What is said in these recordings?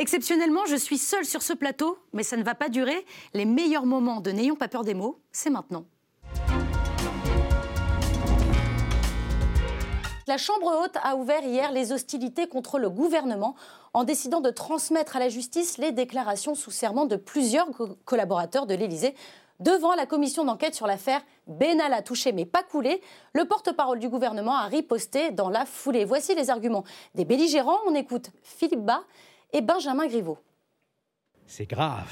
Exceptionnellement, je suis seule sur ce plateau, mais ça ne va pas durer. Les meilleurs moments de N'ayons pas peur des mots, c'est maintenant. La Chambre haute a ouvert hier les hostilités contre le gouvernement en décidant de transmettre à la justice les déclarations sous serment de plusieurs collaborateurs de l'Élysée devant la commission d'enquête sur l'affaire Benalla touché mais pas coulé. Le porte-parole du gouvernement a riposté dans la foulée. Voici les arguments des belligérants. On écoute Philippe Bas et Benjamin Griveaux. C'est grave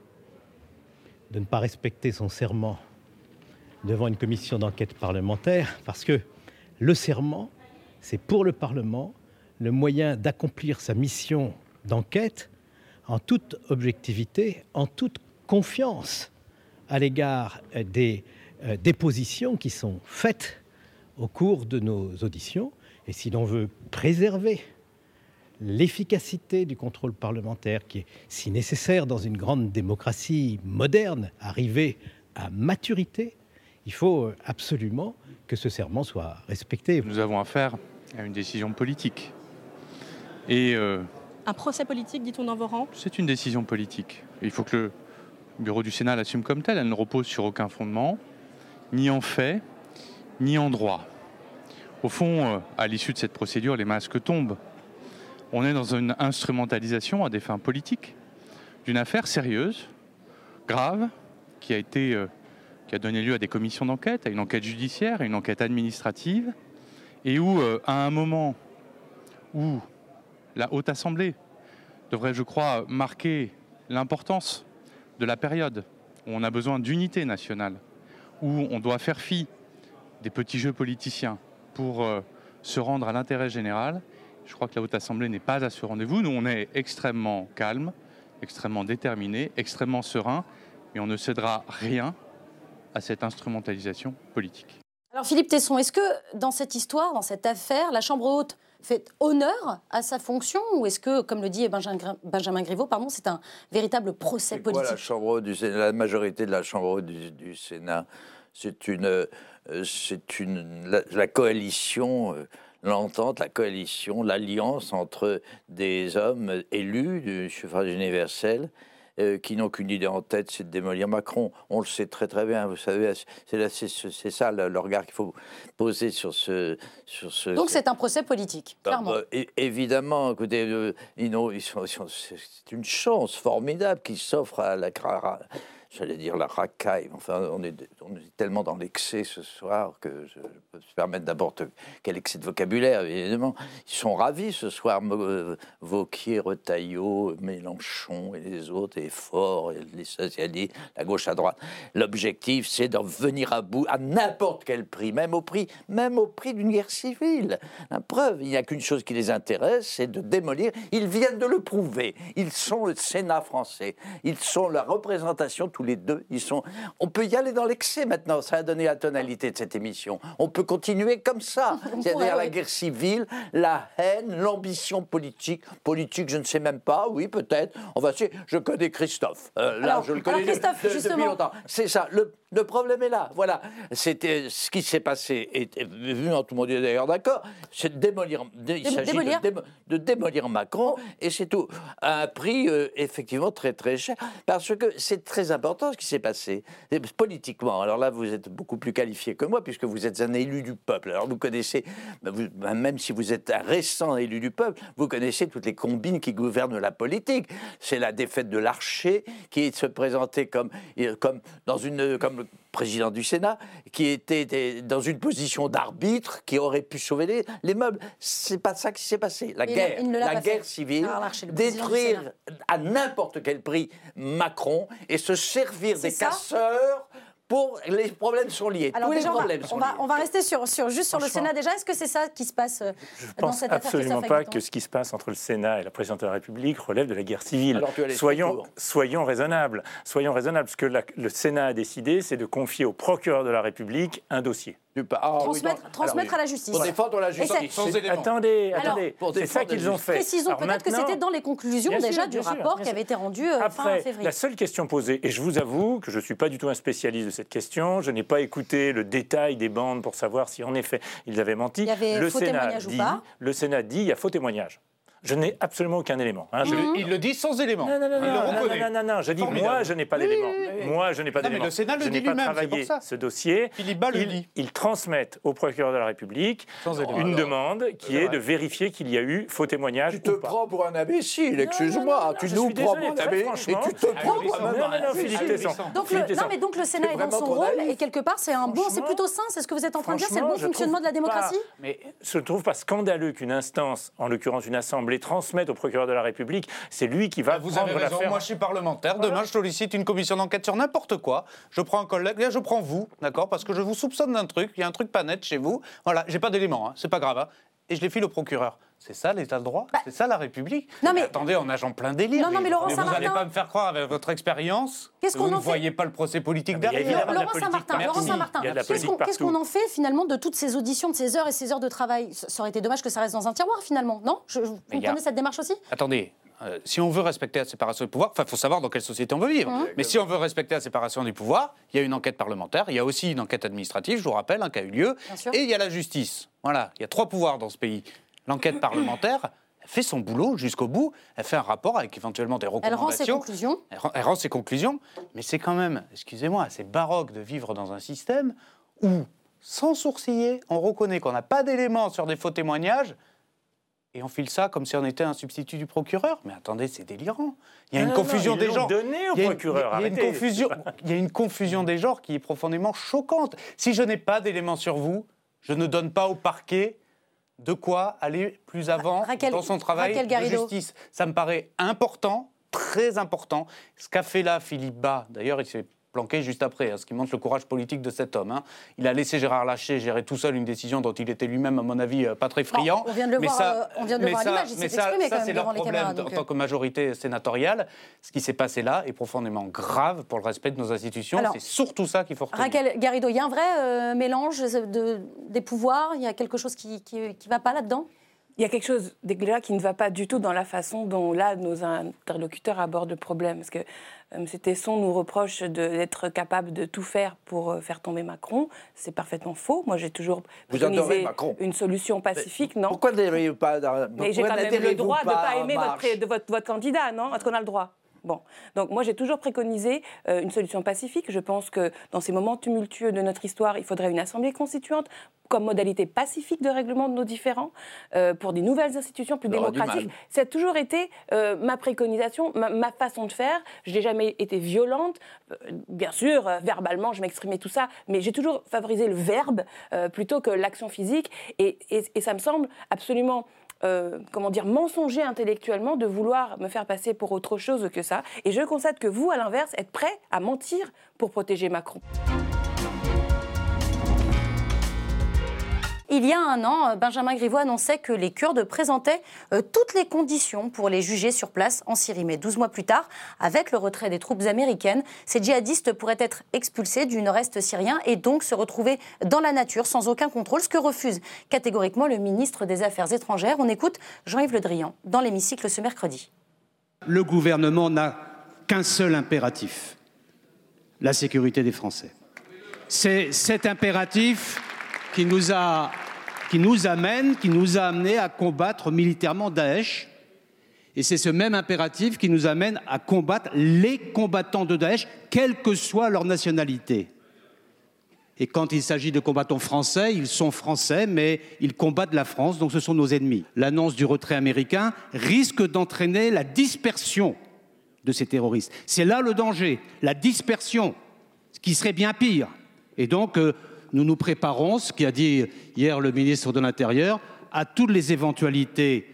de ne pas respecter son serment devant une commission d'enquête parlementaire parce que le serment, c'est pour le Parlement le moyen d'accomplir sa mission d'enquête en toute objectivité, en toute confiance à l'égard des dépositions qui sont faites au cours de nos auditions. Et si l'on veut préserver l'efficacité du contrôle parlementaire, qui est si nécessaire dans une grande démocratie moderne, arrivée à maturité, il faut absolument que ce serment soit respecté. Nous avons affaire à une décision politique. Et un procès politique, dit-on dans vos rangs ? C'est une décision politique. Il faut que le bureau du Sénat l'assume comme telle. Elle ne repose sur aucun fondement, ni en fait, ni en droit. Au fond, à l'issue de cette procédure, les masques tombent. On est dans une instrumentalisation à des fins politiques d'une affaire sérieuse, grave, qui a donné lieu à des commissions d'enquête, à une enquête judiciaire, à une enquête administrative, et où, à un moment où la Haute Assemblée devrait, je crois, marquer l'importance de la période, où on a besoin d'unité nationale, où on doit faire fi des petits jeux politiciens pour se rendre à l'intérêt général. Je crois que la Haute Assemblée n'est pas à ce rendez-vous. Nous, on est extrêmement calme, extrêmement déterminé, extrêmement serein, et on ne cédera rien à cette instrumentalisation politique. Alors Philippe Tesson, est-ce que dans cette histoire, dans cette affaire, la Chambre haute fait honneur à sa fonction ou est-ce que, comme le dit Benjamin Griveaux, c'est un véritable procès politique ? La Chambre haute du Sénat, la majorité de la Chambre haute du Sénat, c'est la coalition, l'entente, la coalition, l'alliance entre des hommes élus du suffrage universel qui n'ont qu'une idée en tête, c'est de démolir Macron. On le sait très très bien, vous savez, c'est ça le regard qu'il faut poser sur ce... Donc c'est un procès politique, clairement. Évidemment, écoutez, c'est une chance formidable qui s'offre à j'allais dire la racaille. Enfin, on est tellement dans l'excès ce soir que je peux se permettre n'importe quel excès de vocabulaire, évidemment. Ils sont ravis ce soir, Wauquiez, Retailleau, Mélenchon et les autres, et Faure, et les socialistes, la gauche à droite. L'objectif, c'est d'en venir à bout à n'importe quel prix, même au prix d'une guerre civile. La preuve, il n'y a qu'une chose qui les intéresse, c'est de démolir. Ils viennent de le prouver. Ils sont le Sénat français. Ils sont la représentation, tous les deux. On peut y aller dans l'excès maintenant. Ça a donné la tonalité de cette émission. On peut continuer comme ça. C'est-à-dire la guerre civile, la haine, l'ambition politique. Politique, je ne sais même pas. Oui, peut-être. Je connais Christophe. Je le connais depuis longtemps. C'est ça. Le problème est là. Voilà. C'était ce qui s'est passé. Et vu, tout le monde est d'ailleurs d'accord. C'est de démolir. Il s'agit de démolir Macron. Et c'est tout. À un prix, effectivement, très, très cher. Parce que c'est très important ce qui s'est passé. Et politiquement. Alors là, vous êtes beaucoup plus qualifié que moi, puisque vous êtes un élu du peuple. Alors vous connaissez, même si vous êtes un récent élu du peuple, vous connaissez toutes les combines qui gouvernent la politique. C'est la défaite de Larcher, qui se présentait comme le président du Sénat, qui était dans une position d'arbitre, qui aurait pu sauver les meubles. C'est pas ça qui s'est passé. La guerre civile, détruire à n'importe quel prix Macron et se servir des casseurs pour les problèmes sont liés. Alors déjà, on va rester juste sur le Sénat déjà. Est-ce que c'est ça qui se passe dans cette affaire ? Je ne pense absolument pas que ce qui se passe entre le Sénat et la présidente de la République relève de la guerre civile. Soyons raisonnables. Ce que le Sénat a décidé, c'est de confier au procureur de la République un dossier. Transmettre à la justice. Pour défendre la justice. Sans éléments. Attendez. C'est ça qu'ils ont fait. Précisons peut-être que c'était dans les conclusions du rapport qui avait été rendu fin février. La seule question posée, et je vous avoue que je ne suis pas du tout un spécialiste de cette question, je n'ai pas écouté le détail des bandes pour savoir si en effet ils avaient menti. Il y avait faux témoignage ou pas ? Le Sénat dit il y a faux témoignage. Je n'ai absolument aucun élément. Il le dit sans élément. Non, je dis moi, je n'ai pas d'élément. Moi, je n'ai pas d'élément. Mais le Sénat le dit lui-même, c'est pour ça. travaillé ce dossier. Philippe Bas le dit. Ils transmettent au procureur de la République une demande qui est de vérifier qu'il y a eu faux témoignage. Tu te prends pour un imbécile, excuse-moi. Tu nous prends pour un imbécile et tu te prends pour un imbécile. Donc le Sénat est dans son rôle et quelque part c'est plutôt sain, c'est ce que vous êtes en train de dire, c'est le bon fonctionnement de la démocratie. Mais je ne trouve pas scandaleux qu'une instance, en l'occurrence une assemblée, transmette au procureur de la République. C'est lui qui va vous avez raison, moi je suis parlementaire. Demain je sollicite une commission d'enquête sur n'importe quoi. Je prends un collègue, je prends vous, d'accord, parce que je vous soupçonne d'un truc, il y a un truc pas net chez vous. Voilà, j'ai pas d'éléments, c'est pas grave. Et je les file au procureur. C'est ça l'état de droit, c'est ça la République. Non mais attendez, on nage en plein délire. Non mais Laurent vous Saint-Martin, n'allez pas me faire croire avec votre expérience que vous ne voyez pas le procès politique derrière. Laurent Saint-Martin, qu'est-ce qu'on en fait finalement de toutes ces auditions, de ces heures et ces heures de travail? Ça aurait été dommage que ça reste dans un tiroir finalement, non? Vous comprenez cette démarche aussi? Attendez. Si on veut respecter la séparation des pouvoirs, il faut savoir dans quelle société on veut vivre. Mais si on veut respecter la séparation des pouvoirs, il y a une enquête parlementaire, il y a aussi une enquête administrative, je vous rappelle, qui a eu lieu, et il y a la justice. Voilà, il y a 3 pouvoirs dans ce pays. L'enquête parlementaire, elle fait son boulot jusqu'au bout, elle fait un rapport avec éventuellement des recommandations. Elle rend ses conclusions. Elle rend ses conclusions, mais c'est quand même, excusez-moi, assez baroque de vivre dans un système où, sans sourciller, on reconnaît qu'on n'a pas d'éléments sur des faux témoignages, et on file ça comme si on était un substitut du procureur. Mais attendez, c'est délirant. Il y a une confusion des genres. Il y a une confusion des genres qui est profondément choquante. Si je n'ai pas d'éléments sur vous, je ne donne pas au parquet de quoi aller plus avant dans son travail de justice. Ça me paraît important, très important. Ce qu'a fait là Philippe Bas, d'ailleurs, il s'est planqué juste après, ce qui montre le courage politique de cet homme. Il a laissé Gérard Larcher gérer tout seul une décision dont il était lui-même, à mon avis, pas très friand. On vient de le voir à l'image, il s'est exprimé quand même devant les caméras. En tant que majorité sénatoriale, ce qui s'est passé là est profondément grave pour le respect de nos institutions. C'est surtout ça qu'il faut retenir. Raquel Garrido, il y a un vrai mélange des pouvoirs, il y a quelque chose qui ne va pas là-dedans? Il y a quelque chose déjà qui ne va pas du tout dans la façon dont là nos interlocuteurs abordent le problème. Parce que M. Tesson nous reproche d'être capable de tout faire pour faire tomber Macron. C'est parfaitement faux. Moi, j'ai toujours préconisé une solution pacifique. Non. Pourquoi n'aimez-vous pas Mais j'ai quand même le droit de ne pas aimer votre candidat, non? Est-ce qu'on a le droit? Bon, donc moi j'ai toujours préconisé une solution pacifique. Je pense que dans ces moments tumultueux de notre histoire, il faudrait une assemblée constituante comme modalité pacifique de règlement de nos différends pour des nouvelles institutions plus démocratiques. Ça a toujours été ma préconisation, ma façon de faire. Je n'ai jamais été violente. Bien sûr, verbalement, je m'exprimais tout ça, mais j'ai toujours favorisé le verbe plutôt que l'action physique. Et ça me semble absolument... mensonger intellectuellement de vouloir me faire passer pour autre chose que ça. Et je constate que vous, à l'inverse, êtes prêts à mentir pour protéger Macron. Il y a un an, Benjamin Griveaux annonçait que les Kurdes présentaient toutes les conditions pour les juger sur place en Syrie. Mais 12 mois plus tard, avec le retrait des troupes américaines, ces djihadistes pourraient être expulsés du nord-est syrien et donc se retrouver dans la nature sans aucun contrôle, ce que refuse catégoriquement le ministre des Affaires étrangères. On écoute Jean-Yves Le Drian dans l'hémicycle ce mercredi. Le gouvernement n'a qu'un seul impératif, la sécurité des Français. C'est cet impératif qui nous a amené à combattre militairement Daesh. Et c'est ce même impératif qui nous amène à combattre les combattants de Daesh, quelle que soit leur nationalité. Et quand il s'agit de combattants français, ils sont français, mais ils combattent la France, donc ce sont nos ennemis. L'annonce du retrait américain risque d'entraîner la dispersion de ces terroristes. C'est là le danger, la dispersion, ce qui serait bien pire. Et donc, nous nous préparons, ce qu'a dit hier le ministre de l'Intérieur, à toutes les éventualités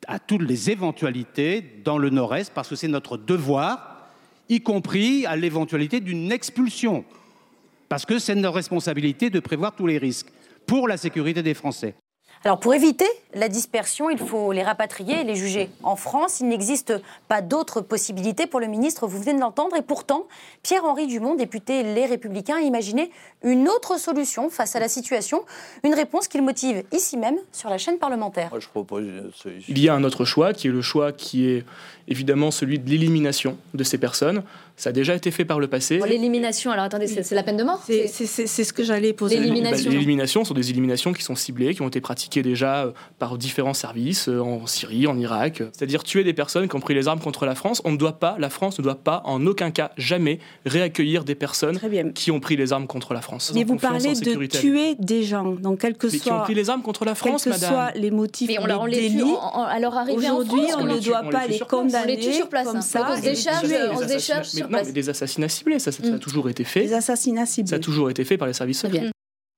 dans le Nord-Est, parce que c'est notre devoir, y compris à l'éventualité d'une expulsion. Parce que c'est notre responsabilité de prévoir tous les risques pour la sécurité des Français. Alors pour éviter la dispersion, il faut les rapatrier et les juger. En France, il n'existe pas d'autre possibilité pour le ministre, vous venez de l'entendre. Et pourtant, Pierre-Henri Dumont, député Les Républicains, a imaginé une autre solution face à la situation. Une réponse qu'il motive ici même sur la chaîne parlementaire. Moi, je propose une solution. Il y a un autre choix qui est le choix qui est évidemment celui de l'élimination de ces personnes. Ça a déjà été fait par le passé. L'élimination, alors attendez, c'est la peine de mort? C'est ce que j'allais poser. L'élimination. Les éliminations sont des éliminations qui sont ciblées, qui ont été pratiquées déjà par différents services en Syrie, en Irak. C'est-à-dire tuer des personnes qui ont pris les armes contre la France. La France ne doit pas, en aucun cas, jamais réaccueillir des personnes qui ont pris les armes contre la France. Mais vous parlez de tuer des gens, donc quel que soit... qui ont pris les armes contre la France, madame. Quels que soient les motifs, mais on les délits, tue à leur arrivée en France. Aujourd'hui, on ne doit pas les condamner. On les tue sur place. Comme ça. On se décharge sur place. Non, mais des assassinats ciblés, ça a toujours été fait. Des assassinats ciblés. Ça a toujours été fait par les services secrets.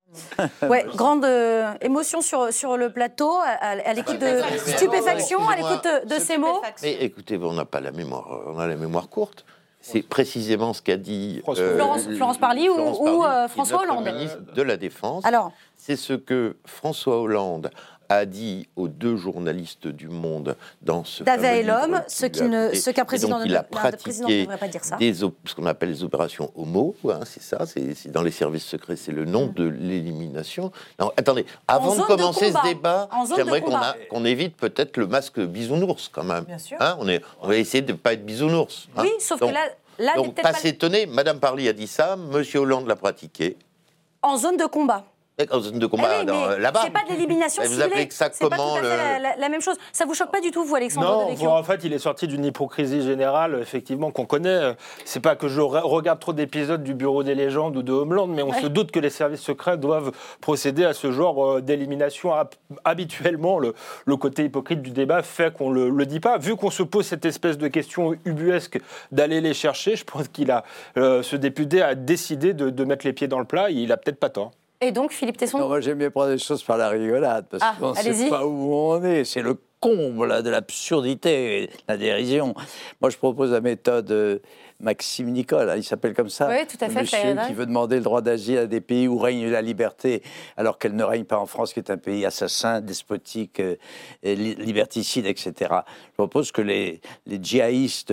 Ouais, grande émotion sur le plateau, à l'écoute de stupéfaction, à l'écoute de ces mots. Mais écoutez, on n'a pas la mémoire, on a la mémoire courte. C'est précisément ce qu'a dit Florence Parly ou François Hollande, ministre de la Défense. Alors, c'est ce que François Hollande a dit aux 2 journalistes du Monde dans ce Davet et l'homme, ce qu'un président ne devrait pas dire ça. Ce qu'on appelle les opérations homo, c'est ça, c'est dans les services secrets, c'est le nom de l'élimination. Non, attendez, avant de commencer ce débat, j'aimerais qu'on évite peut-être le masque bisounours quand même. Bien sûr. On va essayer de ne pas être bisounours. Oui, sauf que là donc pas s'étonner, Madame Parly a dit ça, Monsieur Hollande l'a pratiqué. En zone de combat. En zone de combat, là-bas. C'est pas de l'élimination ciblée. Vous appelez que ça comment pas tout à fait la même chose. Ça vous choque pas du tout, vous, Alexandre Devecchio? Non, en fait, il est sorti d'une hypocrisie générale, effectivement, qu'on connaît. C'est pas que je regarde trop d'épisodes du Bureau des légendes ou de Homeland, mais on se doute que les services secrets doivent procéder à ce genre d'élimination. Habituellement, le côté hypocrite du débat fait qu'on le dit pas. Vu qu'on se pose cette espèce de question ubuesque d'aller les chercher, je pense qu'il a, ce député a décidé de mettre les pieds dans le plat. Il a peut-être pas tort. Et donc, Philippe Tesson? Moi, j'aime bien prendre les choses par la rigolade, parce qu'on ne sait pas où on est. C'est le comble de l'absurdité, la dérision. Moi, je propose la méthode Maxime Nicole, il s'appelle comme ça. Oui, tout à fait. Monsieur qui veut demander le droit d'asile à des pays où règne la liberté, alors qu'elle ne règne pas en France, qui est un pays assassin, despotique, liberticide, etc. Je propose que les djihadistes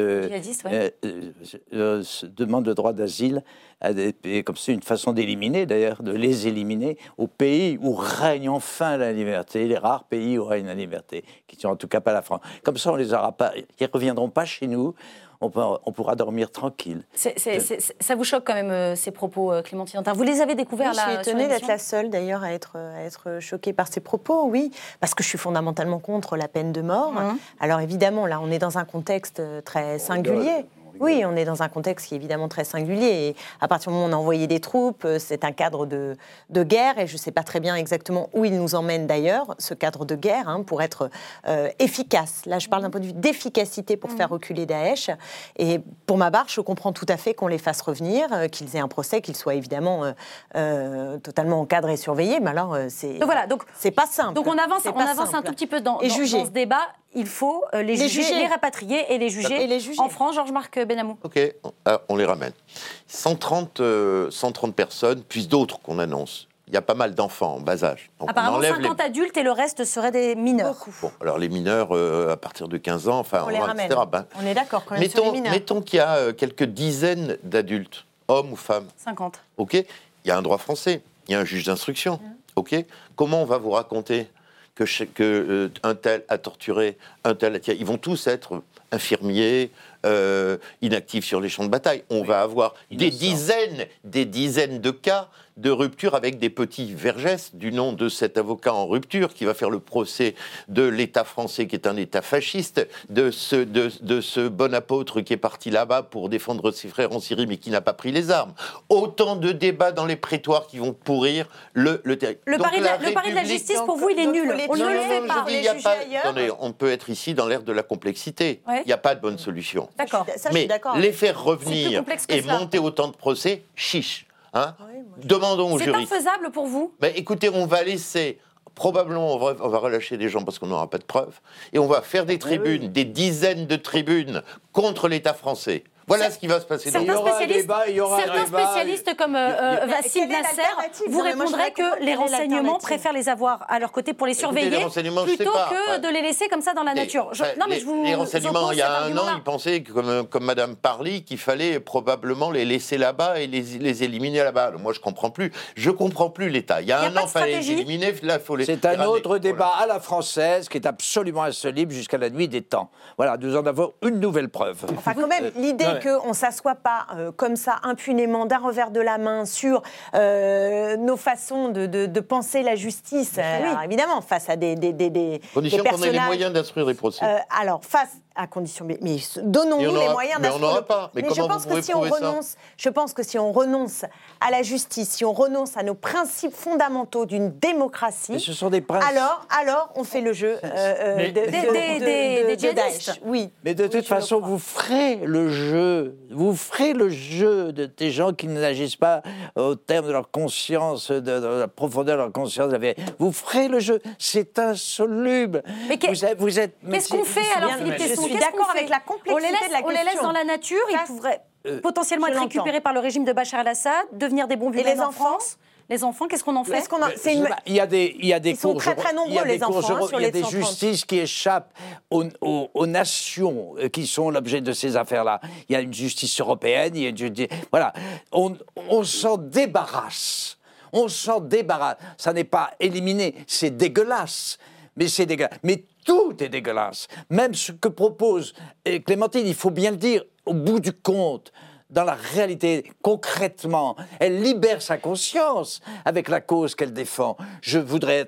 demandent le droit d'asile, comme c'est une façon d'éliminer, d'ailleurs, de les éliminer aux pays où règne enfin la liberté, les rares pays où règne la liberté, qui ne sont en tout cas pas la France. Comme ça, on les aura pas, ils ne reviendront pas chez nous. On pourra dormir tranquille. Ça vous choque quand même, ces propos, Clémentine Autain? Vous les avez découverts là? Je suis étonnée d'être la seule d'ailleurs à être choquée par ces propos, oui, parce que je suis fondamentalement contre la peine de mort. Alors évidemment, là, on est dans un contexte très singulier. Oui, on est dans un contexte qui est évidemment très singulier. Et à partir du moment où on a envoyé des troupes, c'est un cadre de guerre. Et je ne sais pas très bien exactement où il nous emmène d'ailleurs, ce cadre de guerre, pour être efficace. Là, je parle d'un point de vue d'efficacité pour faire reculer Daesh. Et pour ma part, je comprends tout à fait qu'on les fasse revenir, qu'ils aient un procès, qu'ils soient évidemment totalement encadrés et surveillés. Mais alors, c'est pas simple. Donc on avance un tout petit peu dans ce débat. Il faut les juger, les rapatrier et les juger en France. Georges-Marc Benamou. Ok, on les ramène. 130 personnes, puis d'autres qu'on annonce. Il y a pas mal d'enfants en bas âge. Donc apparemment 50 adultes et le reste seraient des mineurs. Bon, alors les mineurs, à partir de 15 ans, on les ramène. Etc. On est d'accord quand même sur les mineurs. Mettons qu'il y a quelques dizaines d'adultes, hommes ou femmes. 50. Ok, il y a un droit français, il y a un juge d'instruction. Ok, comment on va vous raconter que un tel a torturé, un tel a tiré? Ils vont tous être infirmiers, inactifs sur les champs de bataille. On va avoir des dizaines de cas de rupture avec des petits Vergès, du nom de cet avocat en rupture qui va faire le procès de l'État français qui est un État fasciste, de ce bon apôtre qui est parti là-bas pour défendre ses frères en Syrie mais qui n'a pas pris les armes. Autant de débats dans les prétoires qui vont pourrir le territoire. Le pari de la justice, pour vous, il est nul. On ne le fait pas. Attendez, on peut être ici dans l'ère de la complexité. Il n'y a pas de bonne solution. D'accord. Mais les faire revenir et monter autant de procès, chiche. Demandons aux juristes. C'est infaisable pour vous? Écoutez, on va laisser... Probablement, on va relâcher des gens parce qu'on n'aura pas de preuves. Et on va faire des tribunes, des dizaines de tribunes contre l'État français. Voilà ce qui va se passer. Certains spécialistes comme Vassil Nasser vous répondraient que les renseignements préfèrent les avoir à leur côté pour les surveiller plutôt que de les laisser comme ça dans la nature. Les renseignements, il y a un an, ils pensaient, comme Madame Parly, qu'il fallait probablement les laisser là-bas et les éliminer là-bas. Moi, je ne comprends plus. Je ne comprends plus l'État. Il y a un an, il fallait les éliminer. Là, il faut les... C'est un autre débat à la française qui est absolument insoluble jusqu'à la nuit des temps. Voilà, nous en avons une nouvelle preuve. Enfin, quand même, l'idée qu'on ne s'assoit pas comme ça impunément d'un revers de la main sur nos façons de penser la justice. Alors, évidemment, face à des condition personnages... qu'on ait les moyens d'instruire les procès. Alors, à condition... Mais donnons-nous les moyens d'instruire... Mais on n'aura pas. Mais comment vous pouvez prouver ça ? Je pense que si on renonce à la justice, si on renonce à nos principes fondamentaux d'une démocratie... Mais ce sont des principes... Alors, on fait le jeu des Daesh. Oui. Mais de toute façon, vous ferez le jeu. Vous ferez le jeu des gens qui n'agissent pas au terme de leur conscience, de la profondeur de leur conscience. Vous ferez le jeu. C'est insoluble. Mais qu'est-ce qu'on fait alors, Philippe Tesson ? Je suis d'accord avec la complexité de la question. On les laisse dans la nature, ils pourraient potentiellement être récupérés par le régime de Bachar el-Assad, devenir des bombes humaines en France. Les enfants, qu'est-ce qu'on en fait ? Il y a des Ils sont très nombreux, les enfants, sur les 130. Il y a des justices qui échappent aux nations qui sont l'objet de ces affaires-là. Il y a une justice européenne, il y a une justice... Voilà. On s'en débarrasse. On s'en débarrasse. Ça n'est pas éliminé, c'est dégueulasse. Mais c'est dégueulasse. Mais tout est dégueulasse. Même ce que propose Clémentine, il faut bien le dire, au bout du compte, dans la réalité, concrètement, elle libère sa conscience avec la cause qu'elle défend. Je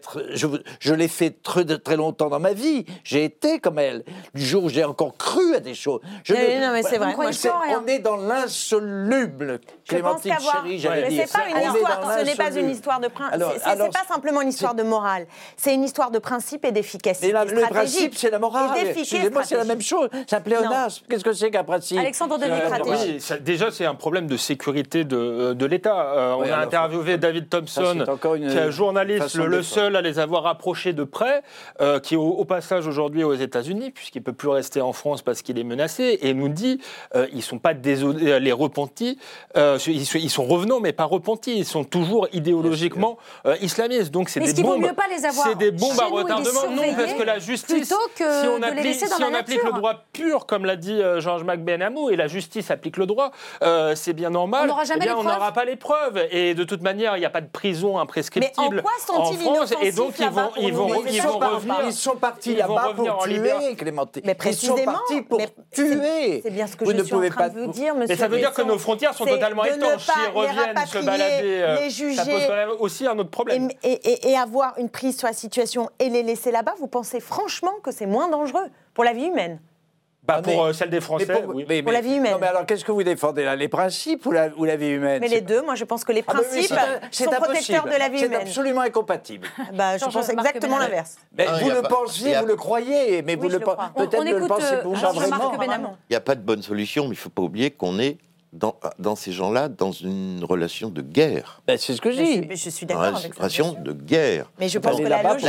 l'ai fait très longtemps dans ma vie. J'ai été comme elle. Du jour où j'ai encore cru à des choses. Non, mais c'est vrai. On est dans l'insoluble. Clémentine chérie, j'allais dire. Ce n'est pas une histoire de principe. C'est pas simplement une histoire de morale. C'est une histoire de principe et d'efficacité stratégique. Le principe, c'est la morale. Excusez-moi, c'est la même chose. C'est un pléonasme. Qu'est-ce que c'est qu'un principe ? Alexandre Denis, stratégie. Déjà, c'est un problème de sécurité de l'État. On a interviewé David Thompson, qui est un journaliste, le seul à les avoir approchés de près, qui est au passage aujourd'hui aux États-Unis, puisqu'il ne peut plus rester en France parce qu'il est menacé, et nous dit ils ne sont pas les repentis, ils sont revenants, mais pas repentis. Ils sont toujours idéologiquement islamistes. Donc, c'est des bombes. Mieux pas les avoir c'est des bombes à retardement. Non, parce que la justice, si on applique le droit pur, comme l'a dit Georges Macbenamou, et la justice applique le droit, c'est bien normal. On n'aura pas les preuves. Et de toute manière, il n'y a pas de prison imprescriptible. Mais en quoi sont-ils France, et donc ils vont revenir. Ils sont partis là-bas pour tuer, Clémentine. Mais précisément, ils sont partis pour tuer. C'est bien ce que je suis en train de vous dire, monsieur. Mais ça veut dire que nos frontières sont totalement étanches. S'ils reviennent se balader, les juger, ça pose quand même aussi un autre problème. Et avoir une prise sur la situation et les laisser là-bas, vous pensez franchement que c'est moins dangereux pour la vie humaine ? Pour celle des Français, oui. Pour la vie humaine. Non, mais alors, qu'est-ce que vous défendez là ? Les principes ou la vie humaine ? Mais les deux, moi je pense que les principes sont protecteurs de la vie humaine. C'est absolument incompatible. Je pense exactement l'inverse. Vous le pensez, vous le croyez, mais vous le pensez. Peut-être ne le pensez pas vraiment. Il n'y a pas de bonne solution, mais il ne faut pas oublier qu'on est dans ces gens-là, dans une relation de guerre. C'est ce que je dis. Je suis d'accord avec ça. Une relation de guerre. Mais je pense que la logique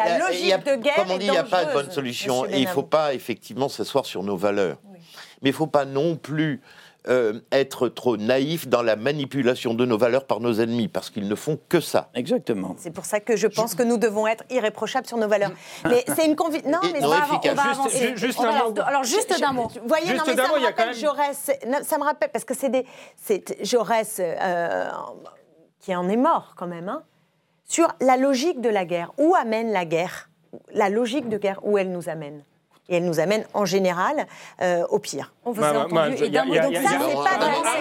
de guerre comme on dit, il n'y a pas de bonne solution. Et il ne faut pas, effectivement, s'asseoir sur nos valeurs. Oui. Mais il ne faut pas non plus être trop naïf dans la manipulation de nos valeurs par nos ennemis, parce qu'ils ne font que ça. Exactement. C'est pour ça que je pense que nous devons être irréprochables sur nos valeurs. Mais c'est une conviction. Non, mais juste un mot. Alors, juste d'un mot. Vous voyez, ça me rappelle Jaurès. Ça me rappelle, parce que c'est Jaurès qui en est mort, quand même, sur la logique de la guerre. Où amène la guerre ? La logique de guerre, où elle nous amène ? Et elle nous amène en général au pire. On vous a entendu. Et d'un mot, donc ça, c'est pas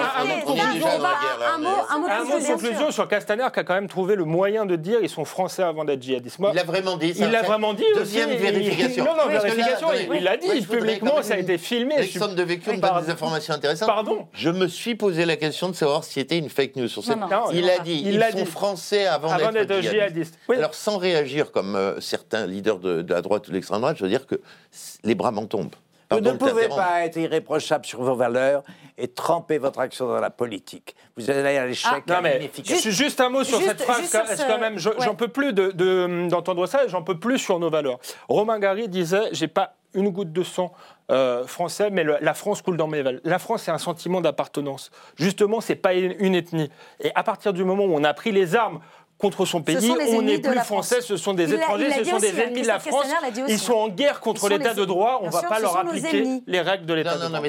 un mot de conclusion sur Castaner, qui a quand même trouvé le moyen de dire ils sont français avant d'être djihadistes. Il l'a vraiment dit. Il l'a vraiment dit. Deuxième vérification. Non, vérification. Il l'a dit publiquement, ça a été filmé. Alexandre Devecchio me donne des informations intéressantes. Pardon. Je me suis posé la question de savoir si c'était une fake news sur cette. Il a dit ils sont français avant d'être djihadistes. Alors sans réagir comme certains leaders de la droite ou de l'extrême droite, je veux dire que les bras m'en tombent. Vous ne pouvez pas être irréprochable sur vos valeurs et tremper votre action dans la politique. Vous allez à l'échec, à l'inefficacité. Juste un mot sur cette phrase, quand même. J'en peux plus d'entendre ça, et j'en peux plus sur nos valeurs. Romain Gary disait « J'ai pas une goutte de sang français, mais la France coule dans mes veines. » La France, c'est un sentiment d'appartenance. Justement, c'est pas une ethnie. Et à partir du moment où on a pris les armes contre son pays, on n'est plus français, ce sont des étrangers, ce sont des ennemis de la France. Ils sont en guerre contre l'état de droit, on ne va pas leur appliquer les règles de l'état de droit.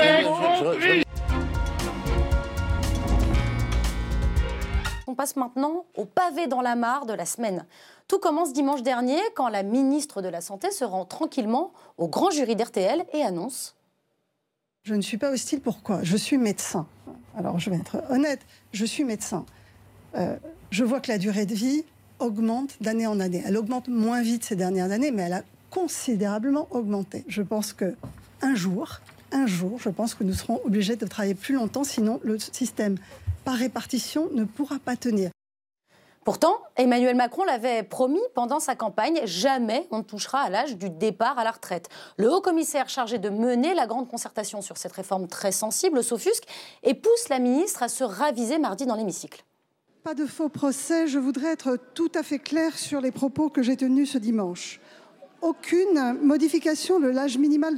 On passe maintenant au pavé dans la mare de la semaine. Tout commence dimanche dernier quand la ministre de la Santé se rend tranquillement au grand jury d'RTL et annonce... Je ne suis pas hostile, pourquoi ? Je suis médecin. Alors, je vais être honnête, je suis médecin. Je vois que la durée de vie augmente d'année en année. Elle augmente moins vite ces dernières années, mais elle a considérablement augmenté. Je pense qu'un jour, je pense que nous serons obligés de travailler plus longtemps, sinon le système par répartition ne pourra pas tenir. Pourtant, Emmanuel Macron l'avait promis pendant sa campagne, jamais on ne touchera à l'âge du départ à la retraite. Le haut-commissaire chargé de mener la grande concertation sur cette réforme très sensible s'offusque et pousse la ministre à se raviser mardi dans l'hémicycle. Pas de faux procès, je voudrais être tout à fait claire sur les propos que j'ai tenus ce dimanche. Aucune modification de l'âge minimal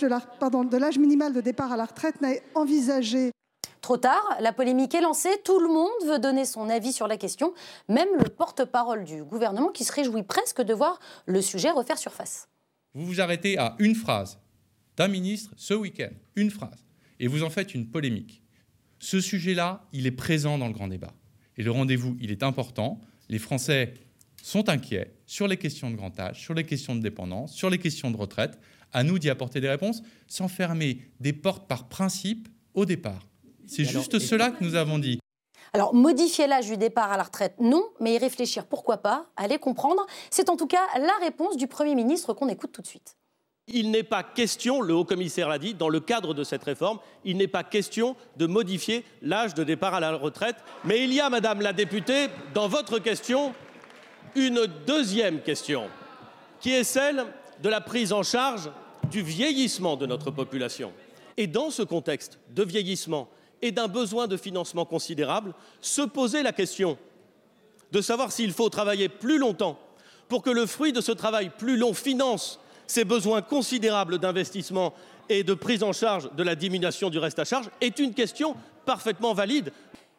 de départ à la retraite n'est envisagée. Trop tard, la polémique est lancée, tout le monde veut donner son avis sur la question, même le porte-parole du gouvernement qui se réjouit presque de voir le sujet refaire surface. Vous vous arrêtez à une phrase d'un ministre ce week-end, une phrase, et vous en faites une polémique. Ce sujet-là, il est présent dans le grand débat. Et le rendez-vous, il est important. Les Français sont inquiets sur les questions de grand âge, sur les questions de dépendance, sur les questions de retraite. À nous d'y apporter des réponses sans fermer des portes par principe au départ. C'est juste cela que nous avons dit. Alors, modifier l'âge du départ à la retraite, non, mais y réfléchir, pourquoi pas, aller comprendre. C'est en tout cas la réponse du Premier ministre qu'on écoute tout de suite. Il n'est pas question, le haut-commissaire l'a dit, dans le cadre de cette réforme, il n'est pas question de modifier l'âge de départ à la retraite. Mais il y a, Madame la députée, dans votre question, une deuxième question, qui est celle de la prise en charge du vieillissement de notre population. Et dans ce contexte de vieillissement et d'un besoin de financement considérable, se poser la question de savoir s'il faut travailler plus longtemps pour que le fruit de ce travail plus long finance ces besoins considérables d'investissement et de prise en charge de la diminution du reste à charge est une question parfaitement valide.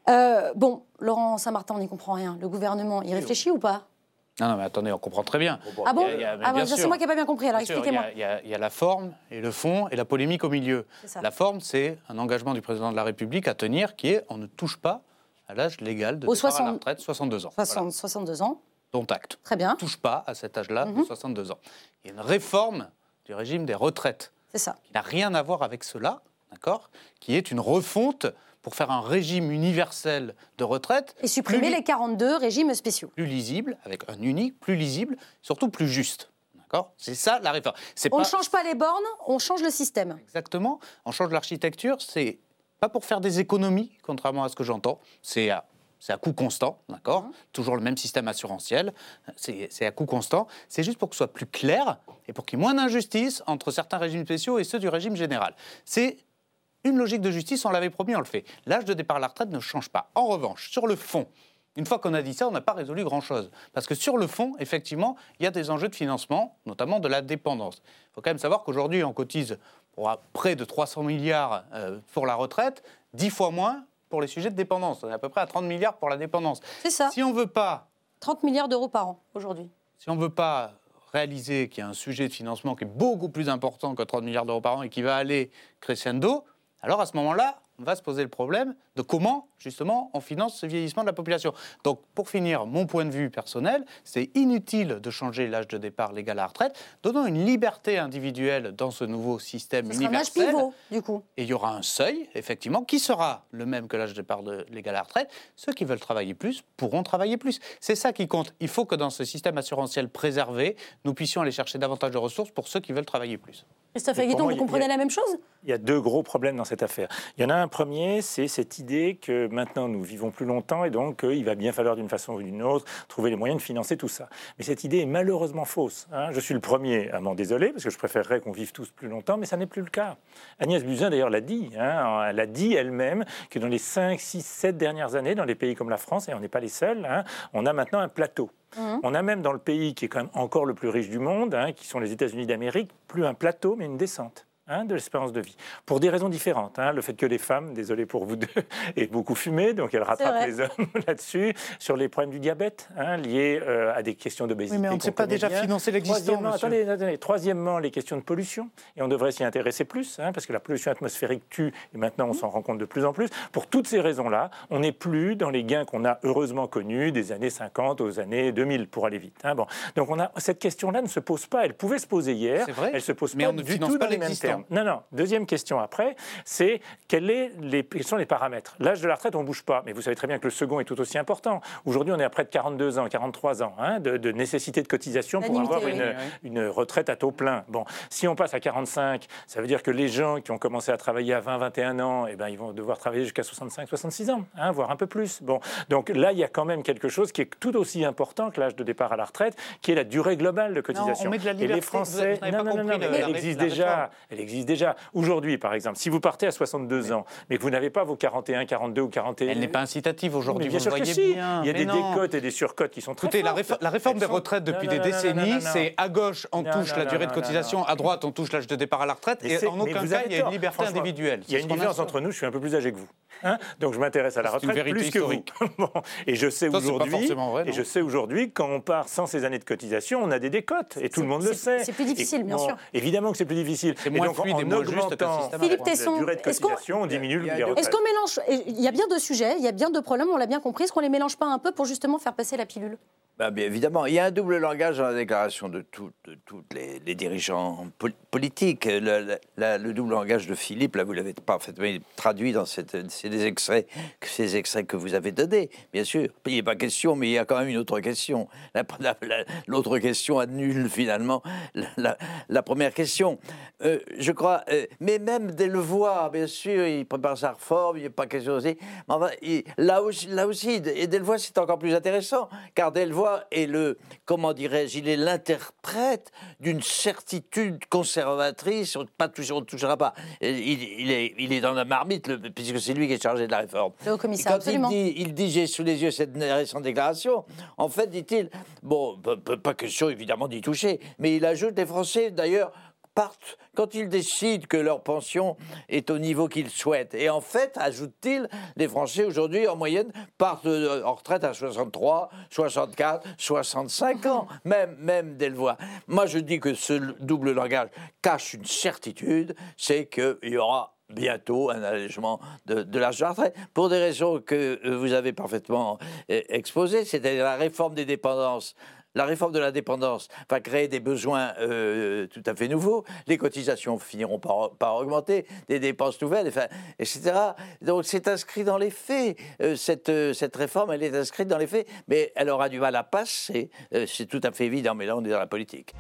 Laurent Saint-Martin, on n'y comprend rien. Le gouvernement y réfléchit ou pas ? Non, mais attendez, on comprend très bien. Ah bon ? C'est moi qui n'ai pas bien compris, alors expliquez-moi. Il y a la forme et le fond et la polémique au milieu. La forme, c'est un engagement du président de la République à tenir qui est on ne touche pas à l'âge légal de départ à la retraite, 62 ans. 62 ans. Dont acte. Très bien. On ne touche pas à cet âge-là de 62 ans. Il y a une réforme du régime des retraites. C'est ça. Qui n'a rien à voir avec cela, d'accord ? Qui est une refonte pour faire un régime universel de retraite. Et supprimer les 42 régimes spéciaux. Plus lisible, avec un unique, plus lisible, surtout plus juste. D'accord ? C'est ça la réforme. On ne change pas les bornes, on change le système. Exactement. On change l'architecture, c'est pas pour faire des économies, contrairement à ce que j'entends. C'est à coût constant, d'accord ? Toujours le même système assurantiel, c'est à coût constant. C'est juste pour que ce soit plus clair et pour qu'il y ait moins d'injustice entre certains régimes spéciaux et ceux du régime général. C'est une logique de justice, on l'avait promis, on le fait. L'âge de départ à la retraite ne change pas. En revanche, sur le fond, une fois qu'on a dit ça, on n'a pas résolu grand-chose. Parce que sur le fond, effectivement, il y a des enjeux de financement, notamment de la dépendance. Il faut quand même savoir qu'aujourd'hui, on cotise pour près de 300 milliards pour la retraite, 10 fois moins pour les sujets de dépendance. On est à peu près à 30 milliards pour la dépendance. C'est ça. Si on veut pas... 30 milliards d'euros par an, aujourd'hui. Si on ne veut pas réaliser qu'il y a un sujet de financement qui est beaucoup plus important que 30 milliards d'euros par an et qui va aller crescendo, alors à ce moment-là, on va se poser le problème de comment, justement, on finance ce vieillissement de la population. Donc, pour finir, mon point de vue personnel, c'est inutile de changer l'âge de départ légal à la retraite. Donnons une liberté individuelle dans ce nouveau système universel. C'est un âge pivot, du coup. Et il y aura un seuil, effectivement, qui sera le même que l'âge de départ légal à la retraite. Ceux qui veulent travailler plus pourront travailler plus. C'est ça qui compte. Il faut que dans ce système assurantiel préservé, nous puissions aller chercher davantage de ressources pour ceux qui veulent travailler plus. Christophe Guéton, vous comprenez la même chose ? Il y a deux gros problèmes dans cette affaire. Il y en a un premier, c'est cette idée que maintenant nous vivons plus longtemps et donc il va bien falloir d'une façon ou d'une autre trouver les moyens de financer tout ça. Mais cette idée est malheureusement fausse. Je suis le premier à m'en désoler parce que je préférerais qu'on vive tous plus longtemps, mais ça n'est plus le cas. Agnès Buzyn d'ailleurs l'a dit. Elle a dit elle-même que dans les 5, 6, 7 dernières années, dans les pays comme la France, et on n'est pas les seuls, on a maintenant un plateau. On a même dans le pays qui est quand même encore le plus riche du monde, qui sont les États-Unis d'Amérique, plus un plateau mais une descente de l'espérance de vie. Pour des raisons différentes. Le fait que les femmes, désolé pour vous deux, aient beaucoup fumé, donc elles rattrapent les hommes là-dessus, sur les problèmes du diabète liés à des questions d'obésité. Oui, mais on ne sait pas déjà financer l'existant. Attendez. Troisièmement, les questions de pollution. Et on devrait s'y intéresser plus, parce que la pollution atmosphérique tue, et maintenant on s'en rend compte de plus en plus. Pour toutes ces raisons-là, on n'est plus dans les gains qu'on a heureusement connus des années 50 aux années 2000, pour aller vite. Donc cette question-là ne se pose pas. Elle pouvait se poser hier. C'est vrai, elle se pose mais pas on ne du finance tout pas dans les mêmes termes. question. Deuxième question après, c'est quels sont les paramètres. L'âge de la retraite, on ne bouge pas, mais vous savez très bien que le second est tout aussi important. Aujourd'hui, on est à près de 42 ans, 43 ans de nécessité de cotisation pour avoir une retraite à taux plein. Bon, si on passe à 45, ça veut dire que les gens qui ont commencé à travailler à 20, 21 ans, ils vont devoir travailler jusqu'à 65, 66 ans, voire un peu plus. Bon, donc là, il y a quand même quelque chose qui est tout aussi important que l'âge de départ à la retraite, qui est la durée globale de cotisation. Non, on met de la liberté. Et les Français, elle existe déjà. Aujourd'hui, par exemple, si vous partez à 62 ans, mais que vous n'avez pas vos 41, 42 ou 41... Elle n'est pas incitative aujourd'hui, bien vous sûr le que voyez si. bien. Il y a des décotes et des surcotes qui sont très fortes. La réforme des retraites depuis des décennies, c'est à gauche, on touche la durée de cotisation, à droite, on touche l'âge de départ à la retraite, et en aucun cas, il y a une liberté individuelle. Il y a une différence entre nous, je suis un peu plus âgé que vous. Donc je m'intéresse à la retraite plus que vous. Et je sais aujourd'hui, quand on part sans ces années de cotisation, on a des décotes, et tout le monde le sait. C'est plus difficile, bien sûr. Évidemment que c'est plus difficile. C'est moins fluide et moins juste que le système. Philippe Tesson, la durée de cotisation, on diminue les retraites. Est-ce qu'on mélange... Il y a bien de sujets, il y a bien de problèmes, on l'a bien compris. Est-ce qu'on les mélange pas un peu pour justement faire passer la pilule ? Bien évidemment, il y a un double langage dans la déclaration de tous les dirigeants politiques. Le double langage de Philippe, là, vous l'avez parfaitement traduit dans ces extraits que vous avez donnés. Bien sûr, il n'est pas question, mais il y a quand même une autre question. L'autre question annule finalement la première question. Je crois, mais même Delvoye, bien sûr, il prépare sa réforme, il n'y a pas question aussi. Mais enfin, là aussi, et Delvoye, c'est encore plus intéressant, car Delvoye est il est l'interprète d'une certitude conservatrice, on ne touchera pas. Il est dans la marmite, puisque c'est lui qui est chargé de la réforme. Le haut-commissaire, absolument. Il dit, j'ai sous les yeux cette récente déclaration, en fait, dit-il, pas question évidemment d'y toucher, mais il ajoute, les Français d'ailleurs, partent quand ils décident que leur pension est au niveau qu'ils souhaitent. Et en fait, ajoute-t-il, les Français aujourd'hui, en moyenne, partent en retraite à 63, 64, 65 ans, même Delvoye. Moi, je dis que ce double langage cache une certitude, c'est qu'il y aura bientôt un allègement de l'âge de la retraite, pour des raisons que vous avez parfaitement exposées, c'est-à-dire la réforme des dépendances. La réforme de la dépendance va créer des besoins tout à fait nouveaux. Les cotisations finiront par augmenter, des dépenses nouvelles, etc. Donc c'est inscrit dans les faits. Cette réforme, elle est inscrite dans les faits, mais elle aura du mal à passer. C'est tout à fait évident, mais là, on est dans la politique.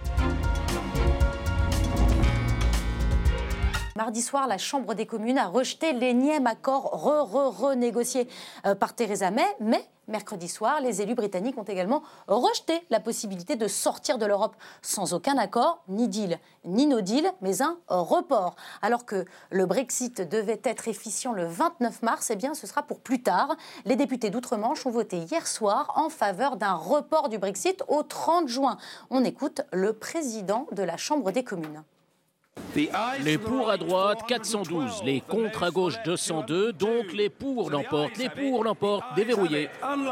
Mardi soir, la Chambre des communes a rejeté l'énième accord renégocié par Theresa May, mais mercredi soir, les élus britanniques ont également rejeté la possibilité de sortir de l'Europe sans aucun accord, ni deal, ni no deal, mais un report. Alors que le Brexit devait être efficient le 29 mars, eh bien ce sera pour plus tard. Les députés d'Outre-Manche ont voté hier soir en faveur d'un report du Brexit au 30 juin. On écoute le président de la Chambre des communes. Les pour à droite 412, les contre à gauche 202, donc les pour l'emportent, déverrouillés.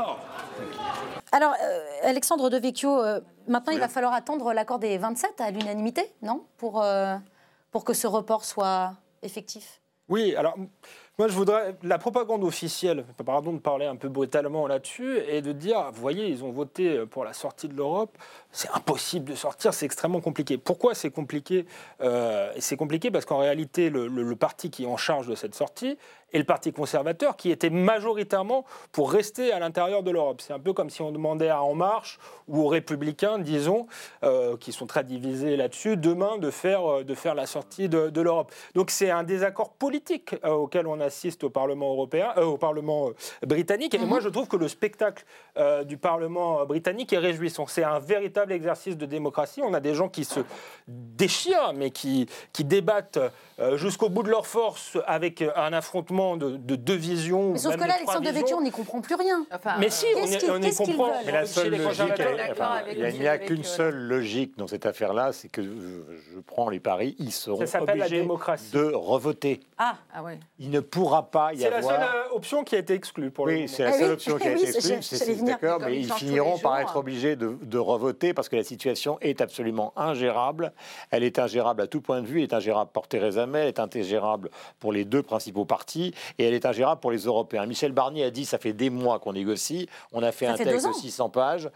Alors, Alexandre Devecchio, maintenant il va falloir attendre l'accord des 27 à l'unanimité, non, pour que ce report soit effectif. Oui, alors moi je voudrais, la propagande officielle, pardon de parler un peu brutalement là-dessus, et de dire, vous voyez, ils ont voté pour la sortie de l'Europe, c'est impossible de sortir, c'est extrêmement compliqué. Pourquoi c'est compliqué C'est compliqué parce qu'en réalité, le parti qui est en charge de cette sortie est le parti conservateur qui était majoritairement pour rester à l'intérieur de l'Europe. C'est un peu comme si on demandait à En Marche ou aux Républicains, disons, qui sont très divisés là-dessus, demain de faire la sortie de l'Europe. Donc c'est un désaccord politique auquel on assiste au Parlement européen, au Parlement britannique. Et moi, je trouve que le spectacle du Parlement britannique est réjouissant. C'est un véritable exercice de démocratie. On a des gens qui se déchirent, mais qui débattent jusqu'au bout de leur force avec un affrontement de deux visions. Mais sauf que là, Alexandre Devecchio, on n'y comprend plus rien. Enfin, mais si, on y comprend. Mais la seule logique, il n'y a qu'une seule logique dans cette affaire-là, c'est que je prends les paris, ils seront obligés de revoter. Ah ouais. Il ne pourra pas y avoir... C'est la seule option qui a été exclue pour le moment. Oui, c'est la seule option qui a été exclue, c'est d'accord, mais ils finiront par être obligés de revoter parce que la situation est absolument ingérable. Elle est ingérable à tout point de vue, elle est ingérable pour Theresa May. jamais elle est ingérable pour les deux principaux partis et elle est ingérable pour les Européens. Michel Barnier a dit ça fait des mois qu'on négocie. On a fait un texte de 600 pages.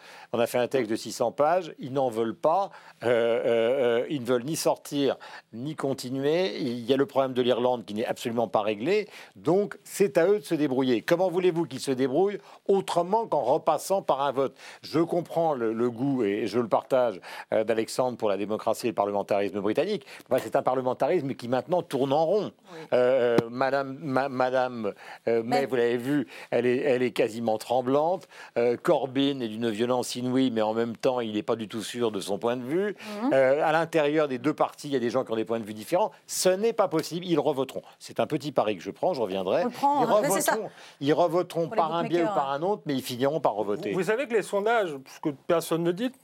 Ils n'en veulent pas. Ils ne veulent ni sortir ni continuer. Il y a le problème de l'Irlande qui n'est absolument pas réglé. Donc c'est à eux de se débrouiller. Comment voulez-vous qu'ils se débrouillent autrement qu'en repassant par un vote? Je comprends le goût et je le partage d'Alexandre pour la démocratie et le parlementarisme britannique. Enfin, c'est un parlementarisme qui maintenant tourne en rond. Oui. Madame May, vous l'avez vu, elle est quasiment tremblante. Corbyn est d'une violence inouïe, mais en même temps, il n'est pas du tout sûr de son point de vue. À l'intérieur des deux partis, il y a des gens qui ont des points de vue différents. Ce n'est pas possible. Ils revoteront. C'est un petit pari que je prends, je reviendrai. Ils revoteront par un biais ou par un autre, mais ils finiront par revoter. Vous savez que les sondages, ce que personne ne dit,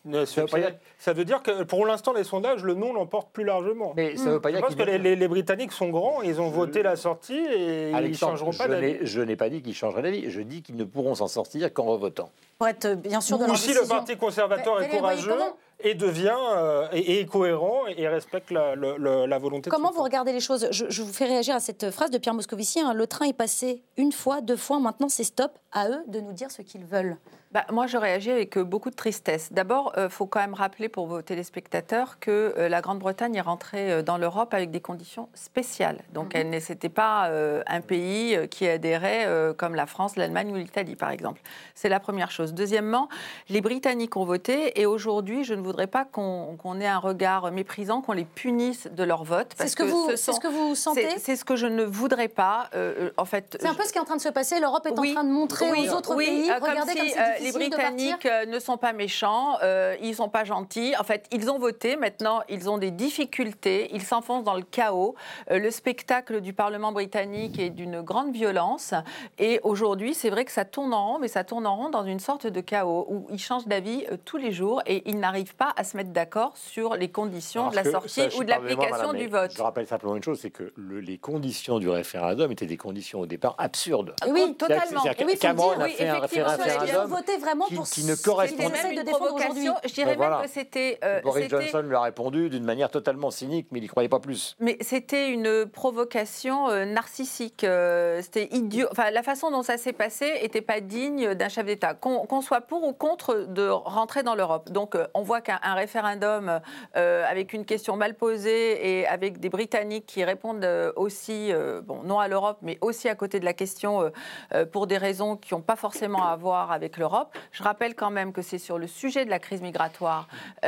ça veut dire que pour l'instant, les sondages, le non l'emporte plus largement. Mais ça veut pas dire que les Britanniques sont grands, ils ont voté la sortie et ils ne changeront pas d'avis. Je n'ai pas dit qu'ils changeraient d'avis, je dis qu'ils ne pourront s'en sortir qu'en revotant. Pour être bien sûr de leur décision. Ou si le Parti conservateur est courageux et devient et est cohérent et respecte la volonté. Comment vous regardez les choses? Je vous fais réagir à cette phrase de Pierre Moscovici. Le train est passé une fois, deux fois, maintenant c'est stop. À eux de nous dire ce qu'ils veulent. Moi, je réagis avec beaucoup de tristesse. D'abord, il faut quand même rappeler pour vos téléspectateurs que la Grande-Bretagne est rentrée dans l'Europe avec des conditions spéciales. Donc, c'était pas un pays qui adhérait comme la France, l'Allemagne ou l'Italie, par exemple. C'est la première chose. Deuxièmement, les Britanniques ont voté et aujourd'hui, je ne voudrais pas qu'on ait un regard méprisant, qu'on les punisse de leur vote. C'est ce que vous sentez? C'est ce que je ne voudrais pas. En fait, c'est un peu ce qui est en train de se passer. L'Europe est en train de montrer aux autres pays. Regardez comme c'est les Britanniques ne sont pas méchants, ils ne sont pas gentils. En fait, ils ont voté. Maintenant, ils ont des difficultés. Ils s'enfoncent dans le chaos. Le spectacle du Parlement britannique est d'une grande violence. Et aujourd'hui, c'est vrai que ça tourne en rond, mais ça tourne en rond dans une sorte de chaos où ils changent d'avis tous les jours et ils n'arrivent pas à se mettre d'accord sur les conditions de la sortie ou de l'application du vote. Je rappelle simplement une chose, c'est que les conditions du référendum étaient des conditions au départ absurdes. Oui, totalement. Cameron a fait un référendum qui ne correspond pas. Même une provocation. Je dirais même que c'était. Boris Johnson lui a répondu d'une manière totalement cynique, mais il n'y croyait pas plus. Mais c'était une provocation narcissique. C'était idiot. Enfin, la façon dont ça s'est passé n'était pas digne d'un chef d'État. Qu'on soit pour ou contre de rentrer dans l'Europe. Donc, on voit qu'un référendum avec une question mal posée et avec des Britanniques qui répondent aussi, non à l'Europe, mais aussi à côté de la question pour des raisons qui n'ont pas forcément à voir avec l'Europe. Je rappelle quand même que c'est sur le sujet de la crise migratoire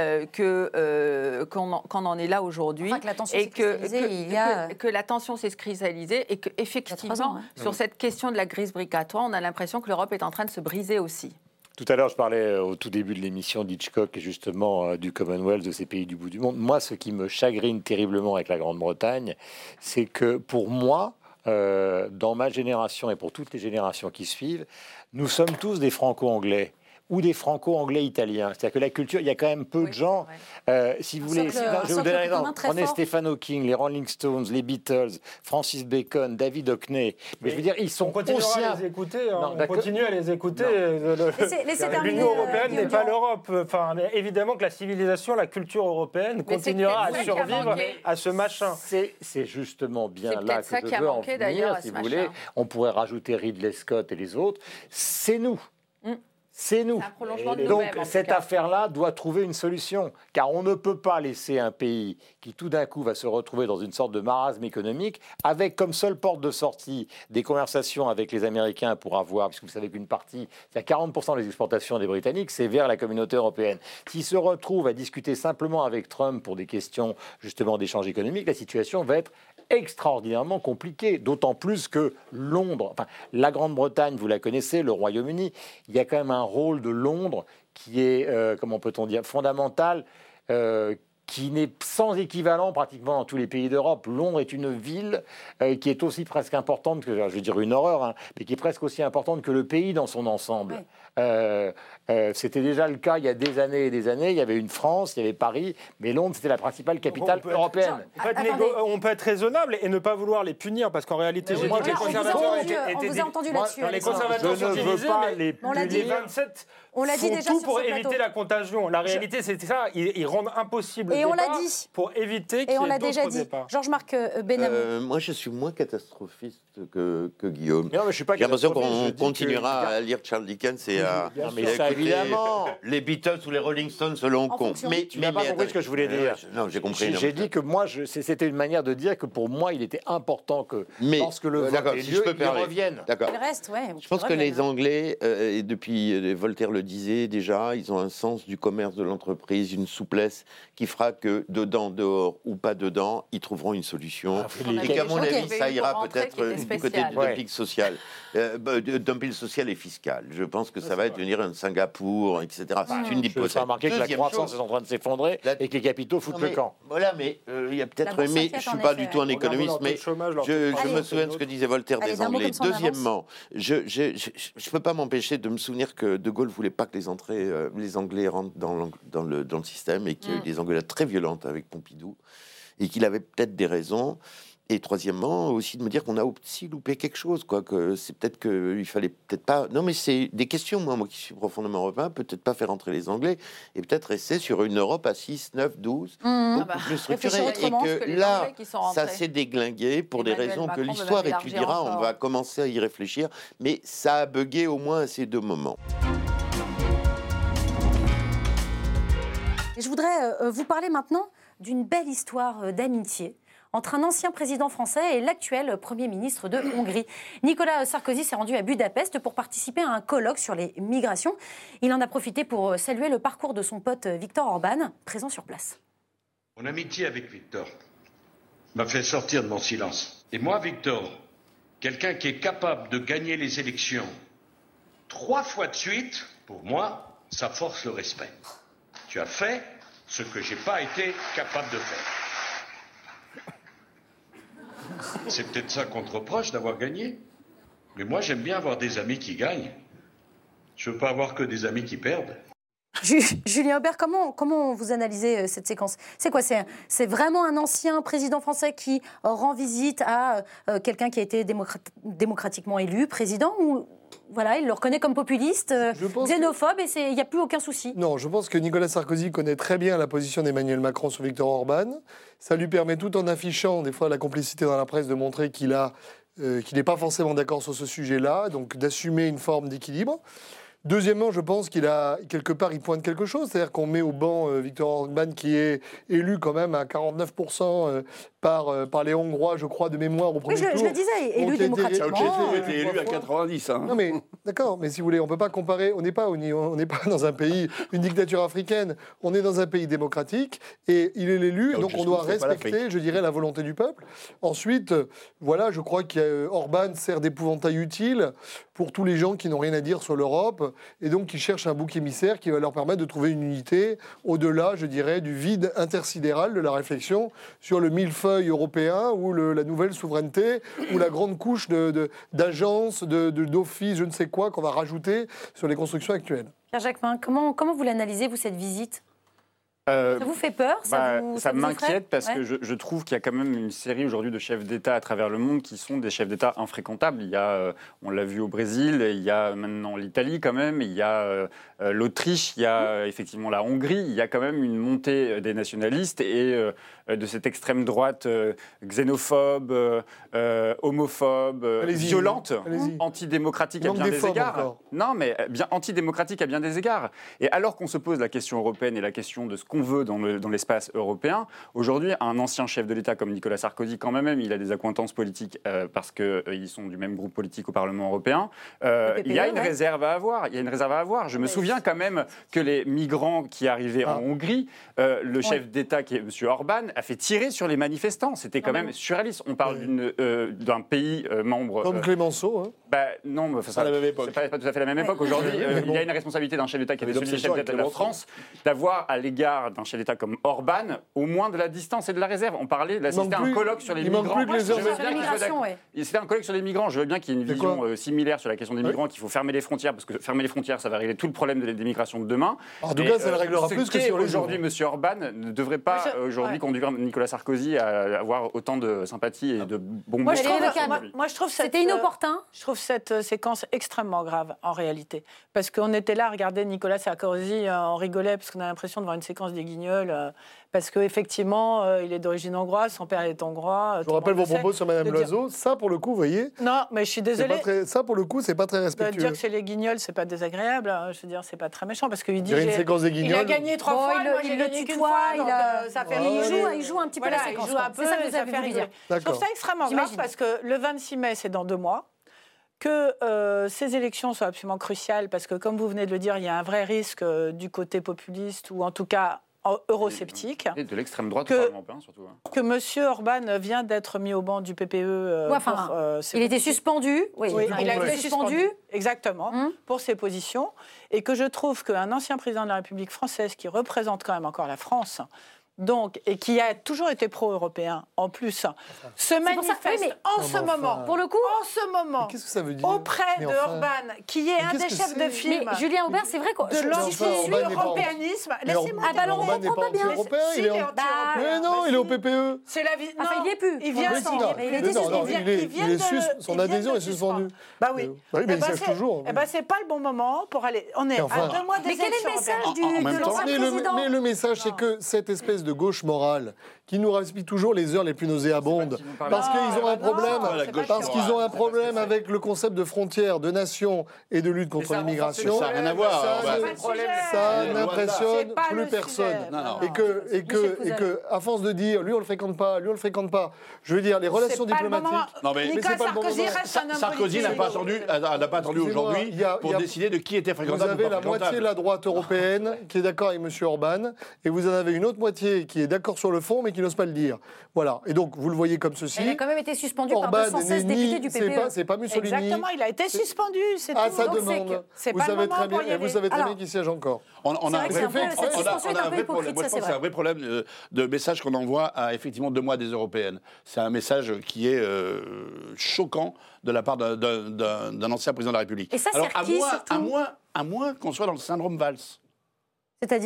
qu'on en est là aujourd'hui. Et que la tension s'est cristallisée et qu'effectivement, sur cette question de la crise migratoire, on a l'impression que l'Europe est en train de se briser aussi. Tout à l'heure, je parlais au tout début de l'émission d'Hitchcock et justement du Commonwealth, de ces pays du bout du monde. Moi, ce qui me chagrine terriblement avec la Grande-Bretagne, c'est que pour moi, dans ma génération et pour toutes les générations qui suivent, nous sommes tous des franco-anglais ou des franco-anglais italiens. C'est-à-dire que la culture, il y a quand même peu de gens. Si vous voulez, je vais vous donner un exemple. Prenez Stephen Hawking, les Rolling Stones, les Beatles, Francis Bacon, David Hockney. Mais je veux dire, ils sont aussi... à les écouter. On continue à les écouter. L'Union européenne n'est pas l'Europe. Enfin, évidemment que la civilisation, la culture européenne continuera à survivre à ce machin. C'est justement bien là que je veux en venir, si vous voulez. On pourrait rajouter Ridley Scott et les autres. C'est nous. C'est nous. Donc cette affaire-là doit trouver une solution, car on ne peut pas laisser un pays qui tout d'un coup va se retrouver dans une sorte de marasme économique, avec comme seule porte de sortie des conversations avec les Américains pour avoir, puisque vous savez qu'une partie, c'est à 40% des exportations des Britanniques, c'est vers la communauté européenne. S'ils se retrouvent à discuter simplement avec Trump pour des questions justement d'échange économique, la situation va être extraordinairement compliquée, d'autant plus que Londres, enfin la Grande-Bretagne, vous la connaissez, le Royaume-Uni, il y a quand même un rôle de Londres qui est, comment peut-on dire, fondamental, qui n'est sans équivalent pratiquement dans tous les pays d'Europe. Londres est une ville qui est aussi presque importante que, je veux dire une horreur, mais qui est presque aussi importante que le pays dans son ensemble. Oui. C'était déjà le cas il y a des années et des années. Il y avait une France, il y avait Paris, mais Londres, c'était la principale capitale européenne. On peut être raisonnable et ne pas vouloir les punir, parce qu'en réalité, j'ai dit que les conservateurs étaient... On vous a entendu là-dessus. Les conservateurs sont divisés, mais les 27 font tout pour éviter la contagion. La réalité, c'était ça. Ils rendent impossible Et on l'a dit. Pour éviter qu'il y ait d'autres débats. Et on l'a déjà dit. Georges-Marc Benamou. Moi, je suis moins catastrophiste que Guillaume. Non, mais je suis pas J'ai l'impression qu'on catastrophiste, continuera à lire Charles Dickens et à ça, évidemment. les Beatles ou les Rolling Stones selon compte. Mais tu n'as pas compris ce que je voulais dire. Non, j'ai compris. J'ai dit que moi, c'était une manière de dire que pour moi, il était important que lorsque le vote ait lieu, ils reviennent. D'accord. Il reste, ouais. Je pense que les Anglais, et depuis Voltaire le disait déjà, ils ont un sens du commerce, de l'entreprise, une souplesse qui fera que dedans, dehors ou pas dedans, ils trouveront une solution. Et qu'à mon avis, ça ira peut-être du côté du dumping social. Dumping social et fiscal. Je pense que ça va devenir un Singapour, etc. C'est une hypothèse. Je vais remarquer que la croissance est en train de s'effondrer et que les capitaux foutent le camp. Voilà, mais il y a peut-être... Mais je ne suis pas du tout un économiste, mais je me souviens de ce que disait Voltaire des Anglais. Deuxièmement, je ne peux pas m'empêcher de me souvenir que De Gaulle ne voulait pas que les Anglais rentrent dans le système et qu'il y a eu des engueulades très violentes avec Pompidou et qu'il avait peut-être des raisons. Et troisièmement, aussi de me dire qu'on a aussi loupé quelque chose, quoi. Que c'est peut-être qu'il fallait peut-être pas. Non, mais c'est des questions. Moi qui suis profondément européen, peut-être pas faire entrer les Anglais et peut-être rester sur une Europe à 6, 9, 12, beaucoup plus structurée. Et que là, ça s'est déglingué pour des raisons que l'histoire étudiera. On va commencer à y réfléchir, mais ça a bugué au moins à ces deux moments. Je voudrais vous parler maintenant d'une belle histoire d'amitié entre un ancien président français et l'actuel Premier ministre de Hongrie. Nicolas Sarkozy s'est rendu à Budapest pour participer à un colloque sur les migrations. Il en a profité pour saluer le parcours de son pote Viktor Orban, présent sur place. Mon amitié avec Viktor m'a fait sortir de mon silence. Et moi, Viktor, quelqu'un qui est capable de gagner les élections 3 fois de suite, pour moi, ça force le respect. Tu as fait ce que j'ai pas été capable de faire. C'est peut-être ça qu'on te reproche d'avoir gagné. Mais moi, j'aime bien avoir des amis qui gagnent. Je veux pas avoir que des amis qui perdent. Julien Aubert, comment vous analysez cette séquence? C'est quoi? C'est vraiment un ancien président français qui rend visite à quelqu'un qui a été démocratiquement élu président, ou voilà, il le reconnaît comme populiste, xénophobe, et il n'y a plus aucun souci? Non, je pense que Nicolas Sarkozy connaît très bien la position d'Emmanuel Macron sur Viktor Orban. Ça lui permet, tout en affichant des fois la complicité dans la presse, de montrer qu'il n'est pas forcément d'accord sur ce sujet-là, donc d'assumer une forme d'équilibre. Deuxièmement, je pense qu'il a, quelque part, il pointe quelque chose, c'est-à-dire qu'on met au banc Viktor Orban, qui est élu quand même à 49% par les Hongrois, je crois, de mémoire au premier tour. Je le disais, élu démocratiquement. Il était élu à 90. Hein. Non mais, d'accord, mais si vous voulez, on ne peut pas comparer, on n'est pas dans un pays, une dictature africaine, on est dans un pays démocratique, et il est l'élu, donc on doit respecter, je dirais, la volonté du peuple. Ensuite, voilà, je crois qu'Orban sert d'épouvantail utile pour tous les gens qui n'ont rien à dire sur l'Europe, et donc qui cherchent un bouc émissaire qui va leur permettre de trouver une unité au-delà, je dirais, du vide intersidéral de la réflexion sur le millefeuille européen ou la nouvelle souveraineté ou la grande couche d'agences, d'offices, je ne sais quoi, qu'on va rajouter sur les constructions actuelles. Pierre Jacquemin, comment vous l'analysez, vous, cette visite? Ça vous fait peur? Ça m'inquiète parce que je trouve qu'il y a quand même une série aujourd'hui de chefs d'État à travers le monde qui sont des chefs d'État infréquentables. Il y a, on l'a vu au Brésil, il y a maintenant l'Italie quand même, il y a l'Autriche, il y a effectivement la Hongrie. Il y a quand même une montée des nationalistes et de cette extrême droite xénophobe, homophobe, violente, antidémocratique à bien des égards. Non, mais bien antidémocratique à bien des égards. Et alors qu'on se pose la question européenne et la question de ce qu'on veut dans l'espace européen, aujourd'hui, un ancien chef de l'État comme Nicolas Sarkozy, quand même, il a des accointances politiques parce qu'ils sont du même groupe politique au Parlement européen. Il y a une réserve à avoir. Il y a une réserve à avoir. Je me souviens quand même que les migrants qui arrivaient en Hongrie, le chef d'État, qui est M. Orban, a fait tirer sur les manifestants. C'était quand même surréaliste. On parle d'un pays membre... Comme Clémenceau, hein. Non, c'est pas tout à fait la même époque. Aujourd'hui, il y a une responsabilité d'un chef d'État qui était celui du chef d'État de la France, d'avoir à l'égard d'un chef d'État comme Orban au moins de la distance et de la réserve. On parlait d'assister à un colloque sur les migrants. C'était un colloque sur les migrants. Je veux bien qu'il y ait une vision similaire sur la question des migrants, qu'il faut fermer les frontières, parce que fermer les frontières, ça va régler tout le problème des migrations de demain. En tout cas, ça le réglera plus que sur les aujourd'hui, M. Orban ne devrait pas aujourd'hui conduire Nicolas Sarkozy à avoir autant de sympathie et de bonbons. Moi, je trouve c'était inopportun. Je trouve cette séquence extrêmement grave, en réalité. Parce qu'on était là à regarder Nicolas Sarkozy, on rigolait, parce qu'on a l'impression de voir une séquence conséquences des Guignols. Parce qu'effectivement, il est d'origine hongroise, son père est hongrois. Je vous rappelle vos propos sur Mme Loiseau. Ça, pour le coup, vous voyez. Non, mais je suis désolée. Ça, pour le coup, c'est pas très respectueux. De dire que c'est les Guignols, c'est pas désagréable. Je veux dire, c'est pas très méchant parce qu'il dit. Une séquence des Guignols. Il a gagné 3 fois, il le tutoie, ça fait il joue un petit peu la séquence. Il joue un peu, ça vous avez voulu dire. Je trouve ça extrêmement grave parce que le 26 mai, c'est dans 2 mois. Que ces élections soient absolument cruciales parce que, comme vous venez de le dire, il y a un vrai risque du côté populiste ou en tout cas eurosceptique. Et de l'extrême droite au Parlement européen, surtout. Que M. Orban vient d'être mis au banc du PPE. Il était suspendu. Oui, il a été suspendu, exactement, pour ses positions. Et que je trouve qu'un ancien président de la République française qui représente quand même encore la France, donc, et qui a toujours été pro-européen, en plus, se manifeste en ce moment, pour le coup, en ce moment, qu'est-ce que ça veut dire auprès de Orban, qui est un des chefs de file. Mais Julien Aubert, c'est vrai que de l'anti-européanisme. Laissez-moi terminer. Orban n'est pas anti-européen, il est anti-européen. Mais non, il est au PPE. C'est la vie. Non, il n'y est plus. Il vient son adhésion est suspendue. Bah oui. Oui, mais il siège toujours. Eh ben, c'est pas le bon moment pour aller. On est à 2 mois des élections. Mais quel est le message de l'ancien président ? Mais le message, c'est que cette espèce de gauche morale qui nous respire toujours les heures les plus nauséabondes parce qu'ils ont un problème, avec le concept de frontières, de nation et de lutte contre l'immigration. Ça n'a rien à voir. Ça n'impressionne plus personne. Et que, à force de dire, lui on le fréquente pas, je veux dire, les relations diplomatiques. Non mais c'est pas le bon moment. Sarkozy n'a pas attendu aujourd'hui pour décider de qui était fréquentable. Vous avez la moitié de la droite européenne qui est d'accord avec M. Orban et vous en avez une autre moitié qui est d'accord sur le fond mais qui n'ose pas le dire. Voilà. Et donc, vous le voyez comme ceci. Il a quand même été suspendu par 216 députés du PPE. C'est pas Mussolini. Exactement, il a été suspendu. C'est à sa demande. Vous savez très bien qu'il siège encore. On a un vrai problème de message qu'on envoie à effectivement 2 mois des européennes. C'est un message qui est choquant de la part d'un ancien président de la République. Et ça, alors, à moins qu'on soit dans le syndrome Valls. C'est-à-dire ?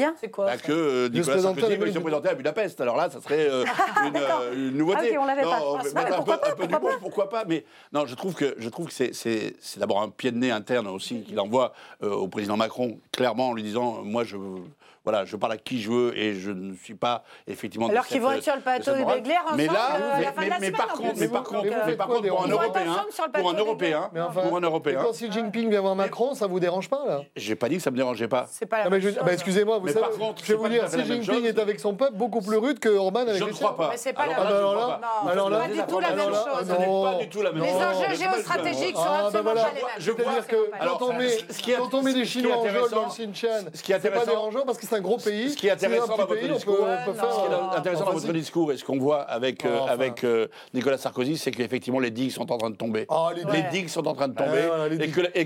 C'est quoi que Nicolas Sarkozy va se présenter à Budapest. Alors là, ça serait une nouveauté. Ah, ok, on l'avait pas. Un peu d'humour, pourquoi pas. Mais non, je trouve que c'est d'abord un pied de nez interne aussi qu'il envoie au président Macron, clairement en lui disant moi je parle à qui je veux et je ne suis pas effectivement. Alors qu'ils vont être sur le plateau de Begler ensemble à la fin de la semaine. Mais par contre, pour un Européen, quand Xi Jinping vient voir Macron, ça vous dérange pas là ? J'ai pas dit que ça me dérangeait pas. C'est pas la même chose. Excusez-moi, vous savez, je vais vous dire, Xi Jinping est avec son peuple beaucoup plus rude que Orban avec les siens. Je ne crois pas. Mais c'est pas la même chose. Pas du tout la même chose. Les enjeux géostratégiques sont absolument pas les mêmes. Je veux dire que quand on met des Chinois en jeu dans le Xinjiang, c'est pas dérangeant parce que c'est un gros pays. Ce qui est intéressant dans votre discours, et ce qu'on voit avec Nicolas Sarkozy, c'est qu'effectivement les digues sont en train de tomber. Les digues sont en train de tomber et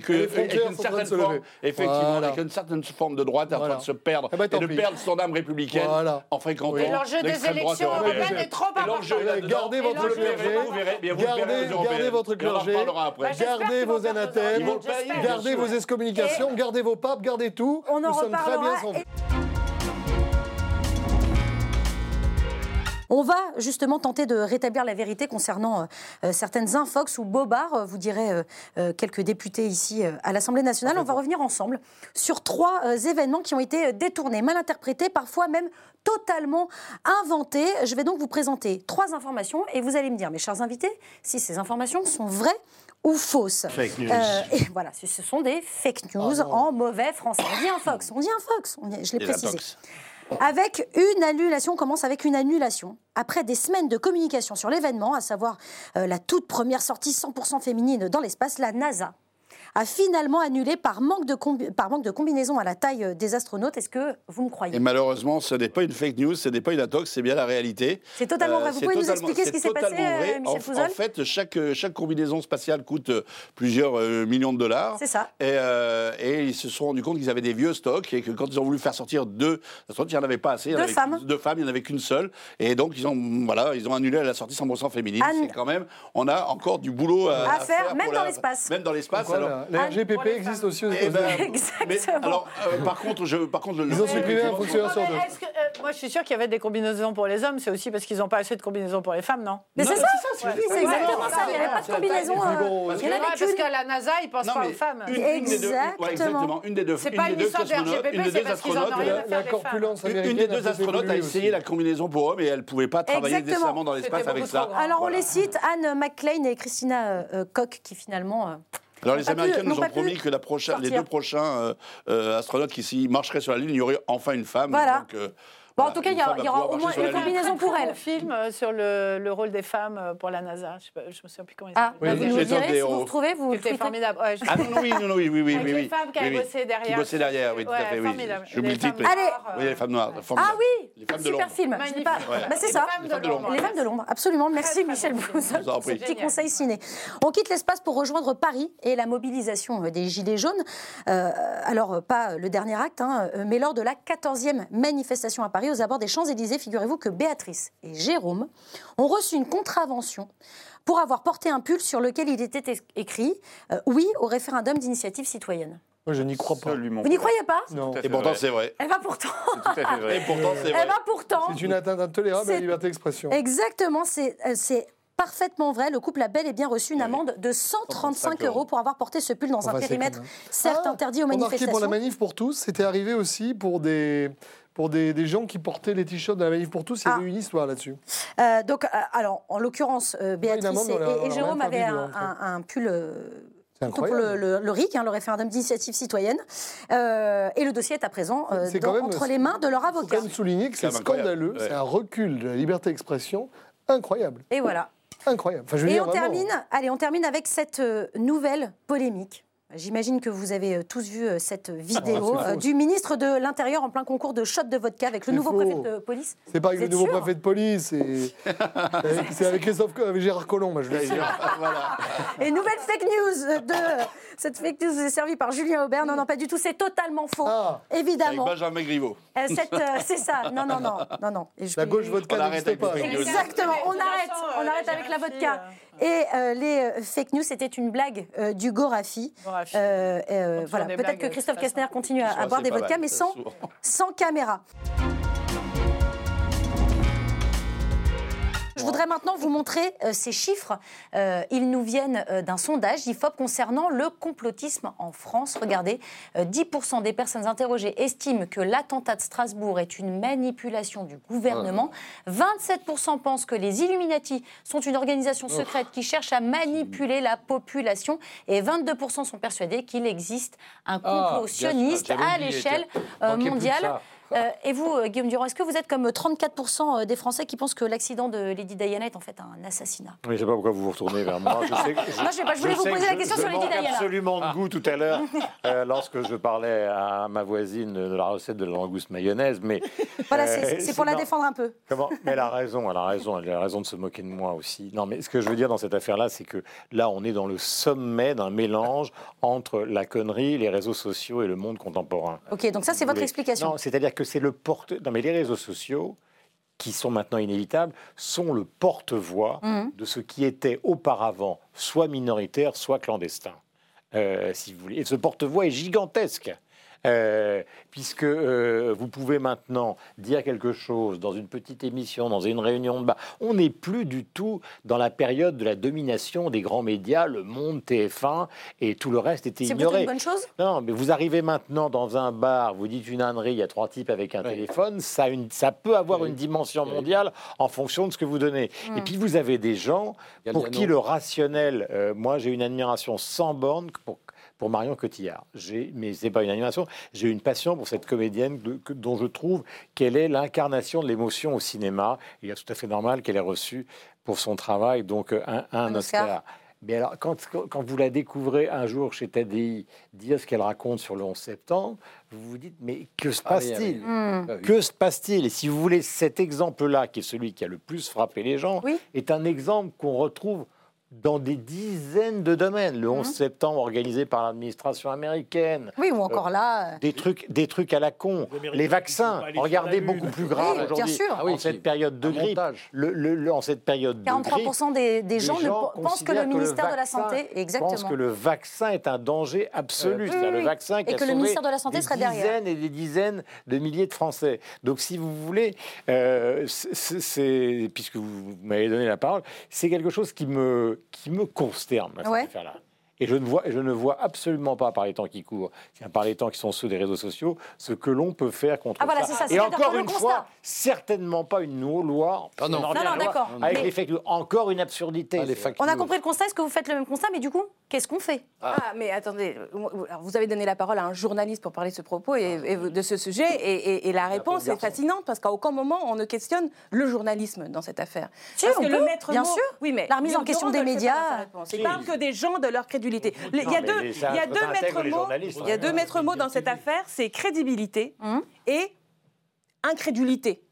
qu'une certaine forme de droite est en train de se perdre et de perdre son âme républicaine en fréquentant. Et l'enjeu des élections européennes est trop important. Gardez votre clergé, gardez vos anathèmes, gardez vos excommunications, gardez vos papes, gardez tout. Nous sommes très bien sans vous. On va justement tenter de rétablir la vérité concernant certaines infox ou bobards, vous direz quelques députés ici à l'Assemblée nationale. On va revenir ensemble sur 3 événements qui ont été détournés, mal interprétés, parfois même totalement inventés. Je vais donc vous présenter 3 informations et vous allez me dire, mes chers invités, si ces informations sont vraies ou fausses. Fake news. Et voilà, ce sont des fake news en mauvais français. On dit un fox, je l'ai précisé. Avec une annulation, on commence avec une annulation. Après des semaines de communication sur l'événement, à savoir la toute première sortie 100% féminine dans l'espace, la NASA a finalement annulé par manque de combinaison à la taille des astronautes. Est-ce que vous me croyez ? Et malheureusement, ce n'est pas une fake news, ce n'est pas une intox, c'est bien la réalité. C'est totalement vrai. Vous pouvez nous expliquer ce qui s'est passé, Michel Fouzol ? En fait, chaque combinaison spatiale coûte plusieurs millions de dollars. C'est ça. Et ils se sont rendus compte qu'ils avaient des vieux stocks et que quand ils ont voulu faire sortir 2 astronautes, il n'y en avait pas assez. 2 femmes, il n'y en avait qu'une seule. Et donc, ils ont annulé à la sortie 100% féminine. C'est quand même, on a encore du boulot à faire même dans l'espace. Même dans l'espace. Alors, Voilà, la RGPP existe aussi aux États-Unis. Exactement. Alors, par contre, ils ont supprimé un fonctionnaire sur deux. Moi, je suis sûre qu'il y avait des combinaisons pour les hommes. C'est aussi parce qu'ils n'ont pas assez de combinaisons pour les femmes, non? Mais c'est ça, c'est exactement ça. Il n'y avait pas de combinaison. Parce qu'à la NASA, ils ne pensent pas aux femmes. Exactement. Une des deux c'est pas une histoire de RGPP, c'est parce qu'ils en ont rien à faire des femmes. Une des deux astronautes a essayé la combinaison pour hommes et elle ne pouvait pas travailler décemment dans l'espace avec ça. Alors on les cite, Anne McClain et Christina Koch, qui finalement... Alors les Américains nous ont promis que les deux prochains astronautes qui marcheraient sur la Lune, il y aurait enfin une femme. Voilà. Donc, bon, en tout cas, il y aura au moins une combinaison pour elle. Un film sur le rôle des femmes pour la NASA. Je ne me souviens plus comment il s'appelle. Ah, vous nous direz si vous retrouvez, vous C'était formidable. Ouais, ah non, oui. Avec les femmes qui avaient bossé derrière. Qui bossaient derrière, oui, tout à fait, oui. J'oublie le titre. Allez. Oui, les femmes noires. Ah oui, les femmes de super film. C'est ça. Les femmes de l'ombre, absolument. Merci Michel Bouzotte pour ce petit conseil ciné. On quitte l'espace pour rejoindre Paris et la mobilisation des Gilets jaunes. Alors, pas le dernier acte, mais lors de la 14e manifestation à Paris, aux abords des Champs-Élysées, figurez-vous que Béatrice et Jérôme ont reçu une contravention pour avoir porté un pull sur lequel il était écrit « Oui au référendum d'initiative citoyenne ». Moi, je n'y crois pas. Vous n'y croyez pas? Non. Et pourtant, c'est vrai. Eh bien, pourtant. C'est tout à fait vrai. Et pourtant, c'est vrai. Eh bien, pourtant. C'est une atteinte intolérable à la liberté d'expression. Exactement, c'est parfaitement vrai. Le couple a bel et bien reçu une amende de 135 € pour avoir porté ce pull dans un périmètre certes interdit aux manifestations. Pour la manif pour tous, c'était arrivé aussi pour des gens qui portaient les t-shirts de la manif pour tous. Il y avait une histoire là-dessus. Donc, alors, en l'occurrence, Béatrice et Jérôme avaient un pull... contre le RIC, le référendum d'initiative citoyenne. Et le dossier est à présent entre les mains de leur avocat. Il faut quand même souligner que c'est scandaleux, c'est un recul de la liberté d'expression incroyable. Et voilà. Incroyable. Enfin, on termine avec cette nouvelle polémique. J'imagine que vous avez tous vu cette vidéo du ministre de l'Intérieur en plein concours de shot de vodka avec le nouveau préfet de police. C'est pas avec le nouveau préfet de police, c'est avec Gérard Collomb, moi je vais dire. Voilà. Et nouvelle fake news cette fake news vous est servie par Julien Aubert. Non, pas du tout, c'est totalement faux. Évidemment. Avec Benjamin Griveaux. C'est ça. Non. La gauche vodka n'existe pas. Exactement. On arrête avec la vodka. Et les fake news, c'était une blague du Gorafi. Voilà. Peut-être que Christophe Castaner continue à boire des vodkas, mais sans caméra. Je voudrais maintenant vous montrer ces chiffres. Ils nous viennent d'un sondage d'IFOP concernant le complotisme en France. Regardez, 10% des personnes interrogées estiment que l'attentat de Strasbourg est une manipulation du gouvernement. 27% pensent que les Illuminati sont une organisation secrète qui cherche à manipuler la population. Et 22% sont persuadés qu'il existe un complot sioniste à l'échelle mondiale. Et vous, Guillaume Durand, est-ce que vous êtes comme 34% des Français qui pensent que l'accident de Lady Diana est en fait un assassinat? Oui, je ne sais pas pourquoi vous vous retournez vers moi. Je voulais vous poser la question sur Lady Diana. Absolument de goût tout à l'heure lorsque je parlais à ma voisine de la recette de la langouste mayonnaise. Mais voilà, c'est pour la défendre un peu. Mais elle a raison de se moquer de moi aussi. Non, mais ce que je veux dire dans cette affaire-là, c'est que là, on est dans le sommet d'un mélange entre la connerie, les réseaux sociaux et le monde contemporain. Ok, donc ça, c'est votre explication. Non, c'est-à-dire que c'est le Non, mais les réseaux sociaux, qui sont maintenant inévitables, sont le porte-voix de ce qui était auparavant soit minoritaire, soit clandestin, si vous voulez. Et ce porte-voix est gigantesque. Puisque vous pouvez maintenant dire quelque chose dans une petite émission, dans une réunion de bar. On n'est plus du tout dans la période de la domination des grands médias, Le Monde, TF1 et tout le reste était ignoré. C'est plutôt une bonne chose ? Non, mais vous arrivez maintenant dans un bar, vous dites une ânerie, il y a 3 types avec un téléphone, ça peut avoir une dimension mondiale en fonction de ce que vous donnez. Et puis vous avez des gens pour qui le rationnel, moi j'ai une admiration sans borne pour Marion Cotillard. Mais ce n'est pas une animation, j'ai une passion pour cette comédienne dont je trouve qu'elle est l'incarnation de l'émotion au cinéma. Il est tout à fait normal qu'elle ait reçu pour son travail donc un Oscar. Mais alors, quand vous la découvrez un jour chez Tadi dire ce qu'elle raconte sur le 11 septembre, vous vous dites, mais que se passe-t-il ? Que se passe-t-il ? Et si vous voulez, cet exemple-là, qui est celui qui a le plus frappé les gens, est un exemple qu'on retrouve dans des dizaines de domaines. Le 11 septembre organisé par l'administration américaine. Oui, ou encore là... Des trucs à la con. Les vaccins, regardez, beaucoup plus grave aujourd'hui. En cette période de grippe. En cette période de grippe, 43% des gens pensent que le ministère de la Santé... Exactement. Pense que le vaccin est un danger absolu. C'est-à-dire le vaccin qui a sauvé le ministère de la Santé serait derrière. Dizaines et des dizaines de milliers de Français. Donc, si vous voulez, puisque vous m'avez donné la parole, c'est quelque chose qui me consterne, cette affaire-là. Et je ne vois absolument pas, par les temps qui courent, par les temps qui sont ceux des réseaux sociaux, ce que l'on peut faire contre ça. Et encore une fois, certainement pas une loi. Non, d'accord. Avec les fake news. Encore une absurdité. On a compris le constat. Est-ce que vous faites le même constat? Mais du coup, qu'est-ce qu'on fait? Mais attendez, vous avez donné la parole à un journaliste pour parler de ce propos et de ce sujet. Et la réponse est fascinante parce qu'à aucun moment, on ne questionne le journalisme dans cette affaire. Parce que le maître bien mot, sûr. Oui, mais la remise en question des médias. Il parle que des gens de leur crédulité. Il y a deux maîtres mots dans cette affaire, c'est crédibilité et incrédulité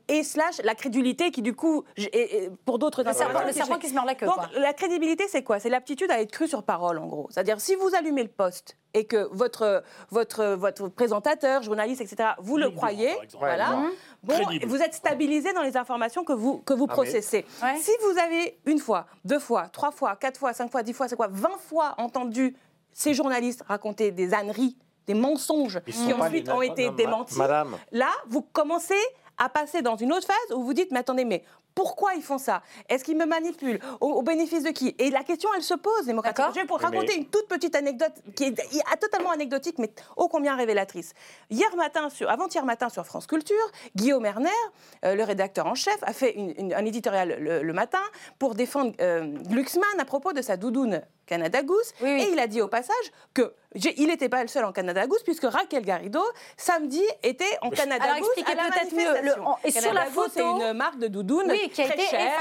la crédulité qui du coup pour d'autres le serpent qui se mord la queue. Donc la crédibilité c'est quoi? C'est l'aptitude à être cru sur parole en gros. C'est-à-dire si vous allumez le poste et que votre présentateur, journaliste, etc. vous le croyez, voilà. Bon, vous êtes stabilisé dans les informations que vous processez. Si vous avez une fois, 2 fois, 3 fois, 4 fois, 5 fois, 10 fois, c'est quoi, 20 fois entendu ces journalistes raconter des âneries, des mensonges qui ensuite ont été démentis. Madame. Là, vous commencez à passer dans une autre phase où vous dites, mais attendez, mais pourquoi ils font ça? Est-ce qu'ils me manipulent? Au bénéfice de qui? Et la question, elle se pose, démocratique. Je vais vous raconter une toute petite anecdote qui est totalement anecdotique, mais ô combien révélatrice. Avant-hier matin sur France Culture, Guillaume Erner, le rédacteur en chef, a fait un éditorial le matin pour défendre Glucksmann à propos de sa doudoune Canada Goose. Et il a dit au passage qu'il n'était pas le seul en Canada Goose, puisque Raquel Garrido, samedi, était en Canada Goose à la manifestation. Et sur la photo, c'est une marque de doudoune qui a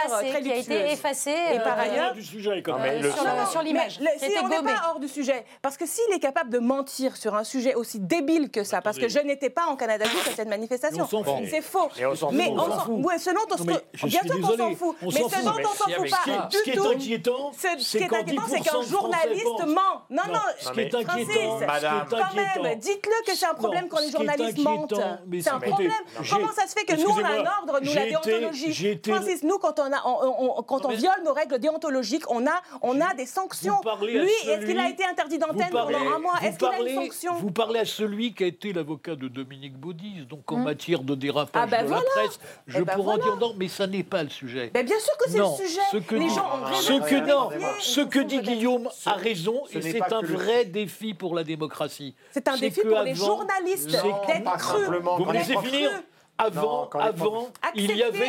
été effacée. Et par ailleurs, du sujet, sur l'image. On n'est pas hors du sujet. Parce que s'il est capable de mentir sur un sujet aussi débile que ça, parce que je n'étais pas en Canada Goose à cette manifestation, c'est faux. Mais on s'en fout. Bien sûr qu'on s'en fout. Mais ce dont on s'en fout pas du tout. Ce qui est inquiétant, c'est qu'un journaliste ment. Non, ce qui est inquiétant, quand même, dites-le que c'est un problème quand les journalistes mentent. C'est un problème. Comment ça se fait que nous, on a un ordre, nous, la déontologie? Francis, nous, quand on viole nos règles déontologiques, on a des sanctions. Lui, est-ce qu'il a été interdit d'antenne pendant un mois? Est-ce qu'il a une sanction? Vous parlez à celui qui a été l'avocat de Dominique Baudis, donc en matière de dérapage de la presse. Je pourrais dire non, mais ça n'est pas le sujet. Bien sûr que c'est le sujet. Les gens ont raison. Ce que dit Guillaume a raison, et c'est un vrai défi pour la démocratie. C'est un défi pour les journalistes d'être crus. Vous me laissez finir? Avant, il y avait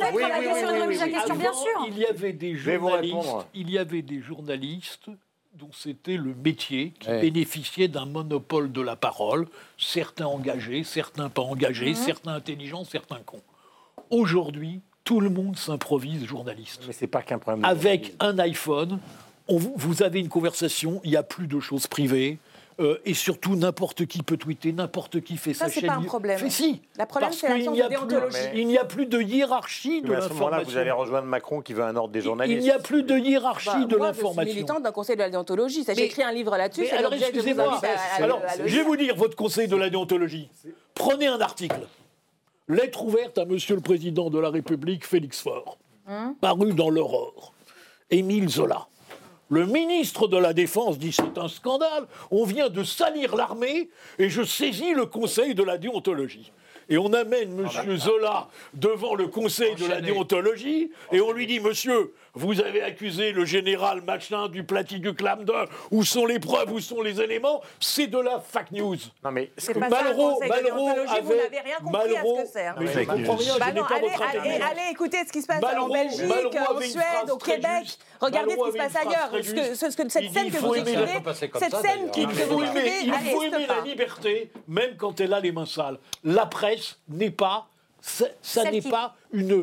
des journalistes dont c'était le métier, qui bénéficiaient d'un monopole de la parole, certains engagés, certains pas engagés, certains intelligents, certains cons. Aujourd'hui, tout le monde s'improvise journaliste. Mais c'est pas qu'un problème. Avec un iPhone, vous avez une conversation, il n'y a plus de choses privées. Et surtout, n'importe qui peut tweeter, n'importe qui fait sa chaîne. Ça, c'est pas un problème. Le problème, c'est l'absence de déontologie. Il n'y a plus de hiérarchie de l'information. À ce moment-là, vous allez rejoindre Macron qui veut un ordre des journalistes. Il n'y a plus de hiérarchie de l'information. Je suis militante d'un conseil de la déontologie. J'ai écrit un livre là-dessus. Alors, excusez-moi. Je vais vous dire votre conseil de la déontologie. Prenez un article. Lettre ouverte à Monsieur le Président de la République, Félix Faure. Paru dans l'Aurore. Émile Zola. Le ministre de la Défense dit c'est un scandale, on vient de salir l'armée et je saisis le conseil de la déontologie. Et on amène M. Zola devant le conseil de la déontologie et on lui dit « Monsieur, vous avez accusé le général machin du Plati du Clamde, où sont les preuves, où sont les éléments ?» C'est de la fake news. Non mais Malraux avait... Vous n'avez rien compris à ce que c'est. Mais je ne comprends rien, je n'ai pas votre intelligence. Allez écouter ce qui se passe en Belgique, en Suède, au Québec. Regardez ce qui se passe ailleurs. Cette scène que vous décrivez, cette scène que vous décrivez, il faut aimer la liberté, même quand elle a les mains sales. La presse n'est pas, ça n'est pas une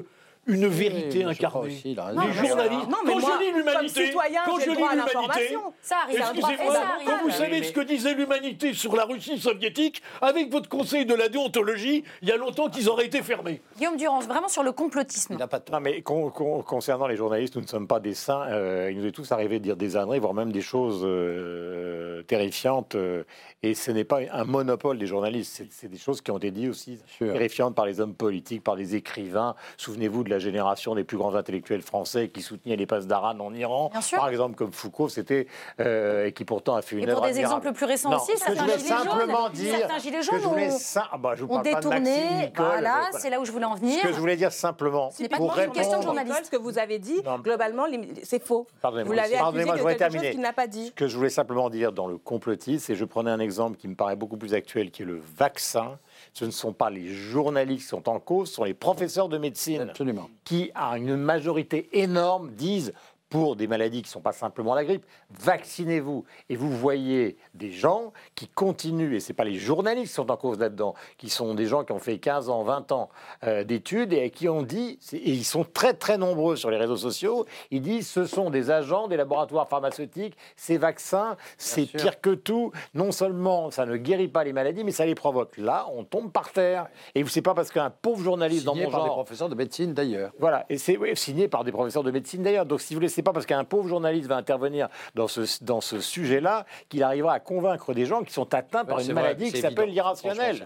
une vérité incarnée. Les journalistes, quand je lis l'Humanité, excusez-moi, quand vous savez ce que disait l'Humanité sur la Russie soviétique, avec votre conseil de la déontologie, il y a longtemps qu'ils auraient été fermés. Guillaume Durand, vraiment sur le complotisme. Non, mais concernant les journalistes, nous ne sommes pas des saints. Il nous est tous arrivé de dire des âneries, voire même des choses terrifiantes. Et ce n'est pas un monopole des journalistes. C'est des choses qui ont été dites aussi terrifiantes par les hommes politiques, par les écrivains. Souvenez-vous de la génération des plus grands intellectuels français qui soutenaient les passes d'Aran en Iran, par exemple comme Foucault, et qui pourtant a fait une œuvre admirable. Et pour des exemples plus récents aussi, certains gilets jaunes ont détourné. Voilà, c'est là où je voulais en venir. Ce que je voulais dire simplement, ce n'est pas une question de journaliste. Ce que vous avez dit, globalement, c'est faux. Vous l'avez accusé de quelque chose qu'il n'a pas dit. Ce que je voulais simplement dire dans le complotisme, c'est je prenais un exemple qui me paraît beaucoup plus actuel, qui est le vaccin. Ce ne sont pas les journalistes qui sont en cause, ce sont les professeurs de médecine qui, à une majorité énorme, disent pour des maladies qui ne sont pas simplement la grippe, vaccinez-vous. Et vous voyez des gens qui continuent, et ce n'est pas les journalistes qui sont en cause là-dedans, qui sont des gens qui ont fait 15 ans, 20 ans d'études et qui ont dit, et ils sont très très nombreux sur les réseaux sociaux, ils disent ce sont des agents des laboratoires pharmaceutiques, ces vaccins, c'est pire que tout. Non seulement ça ne guérit pas les maladies, mais ça les provoque. Là, on tombe par terre. Et c'est pas parce qu'un pauvre journaliste dans mon genre... Signé par des professeurs de médecine d'ailleurs. Voilà, et c'est signé par des professeurs de médecine d'ailleurs. Donc si vous voulez, c'est pas parce qu'un pauvre journaliste va intervenir dans ce sujet-là qu'il arrivera à convaincre des gens qui sont atteints par une maladie qui s'appelle l'irrationnel.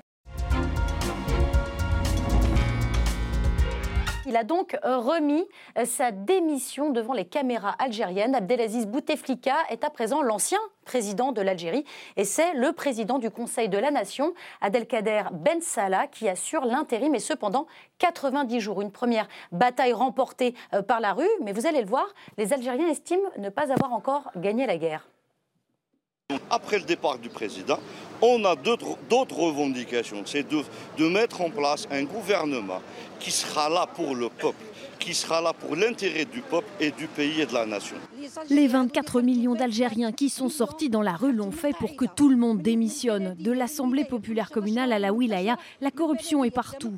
Il a donc remis sa démission devant les caméras algériennes. Abdelaziz Bouteflika est à présent l'ancien président de l'Algérie et c'est le président du Conseil de la Nation, Abdelkader Ben Salah, qui assure l'intérim et cependant 90 jours. Une première bataille remportée par la rue, mais vous allez le voir, les Algériens estiment ne pas avoir encore gagné la guerre. Après le départ du président, on a d'autres revendications. C'est de mettre en place un gouvernement qui sera là pour le peuple, qui sera là pour l'intérêt du peuple et du pays et de la nation. Les 24 millions d'Algériens qui sont sortis dans la rue l'ont fait pour que tout le monde démissionne. De l'Assemblée populaire communale à la wilaya, la corruption est partout.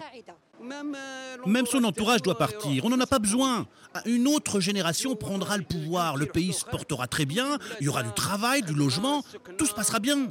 Même son entourage doit partir, on n'en a pas besoin. Une autre génération prendra le pouvoir, le pays se portera très bien, il y aura du travail, du logement, tout se passera bien.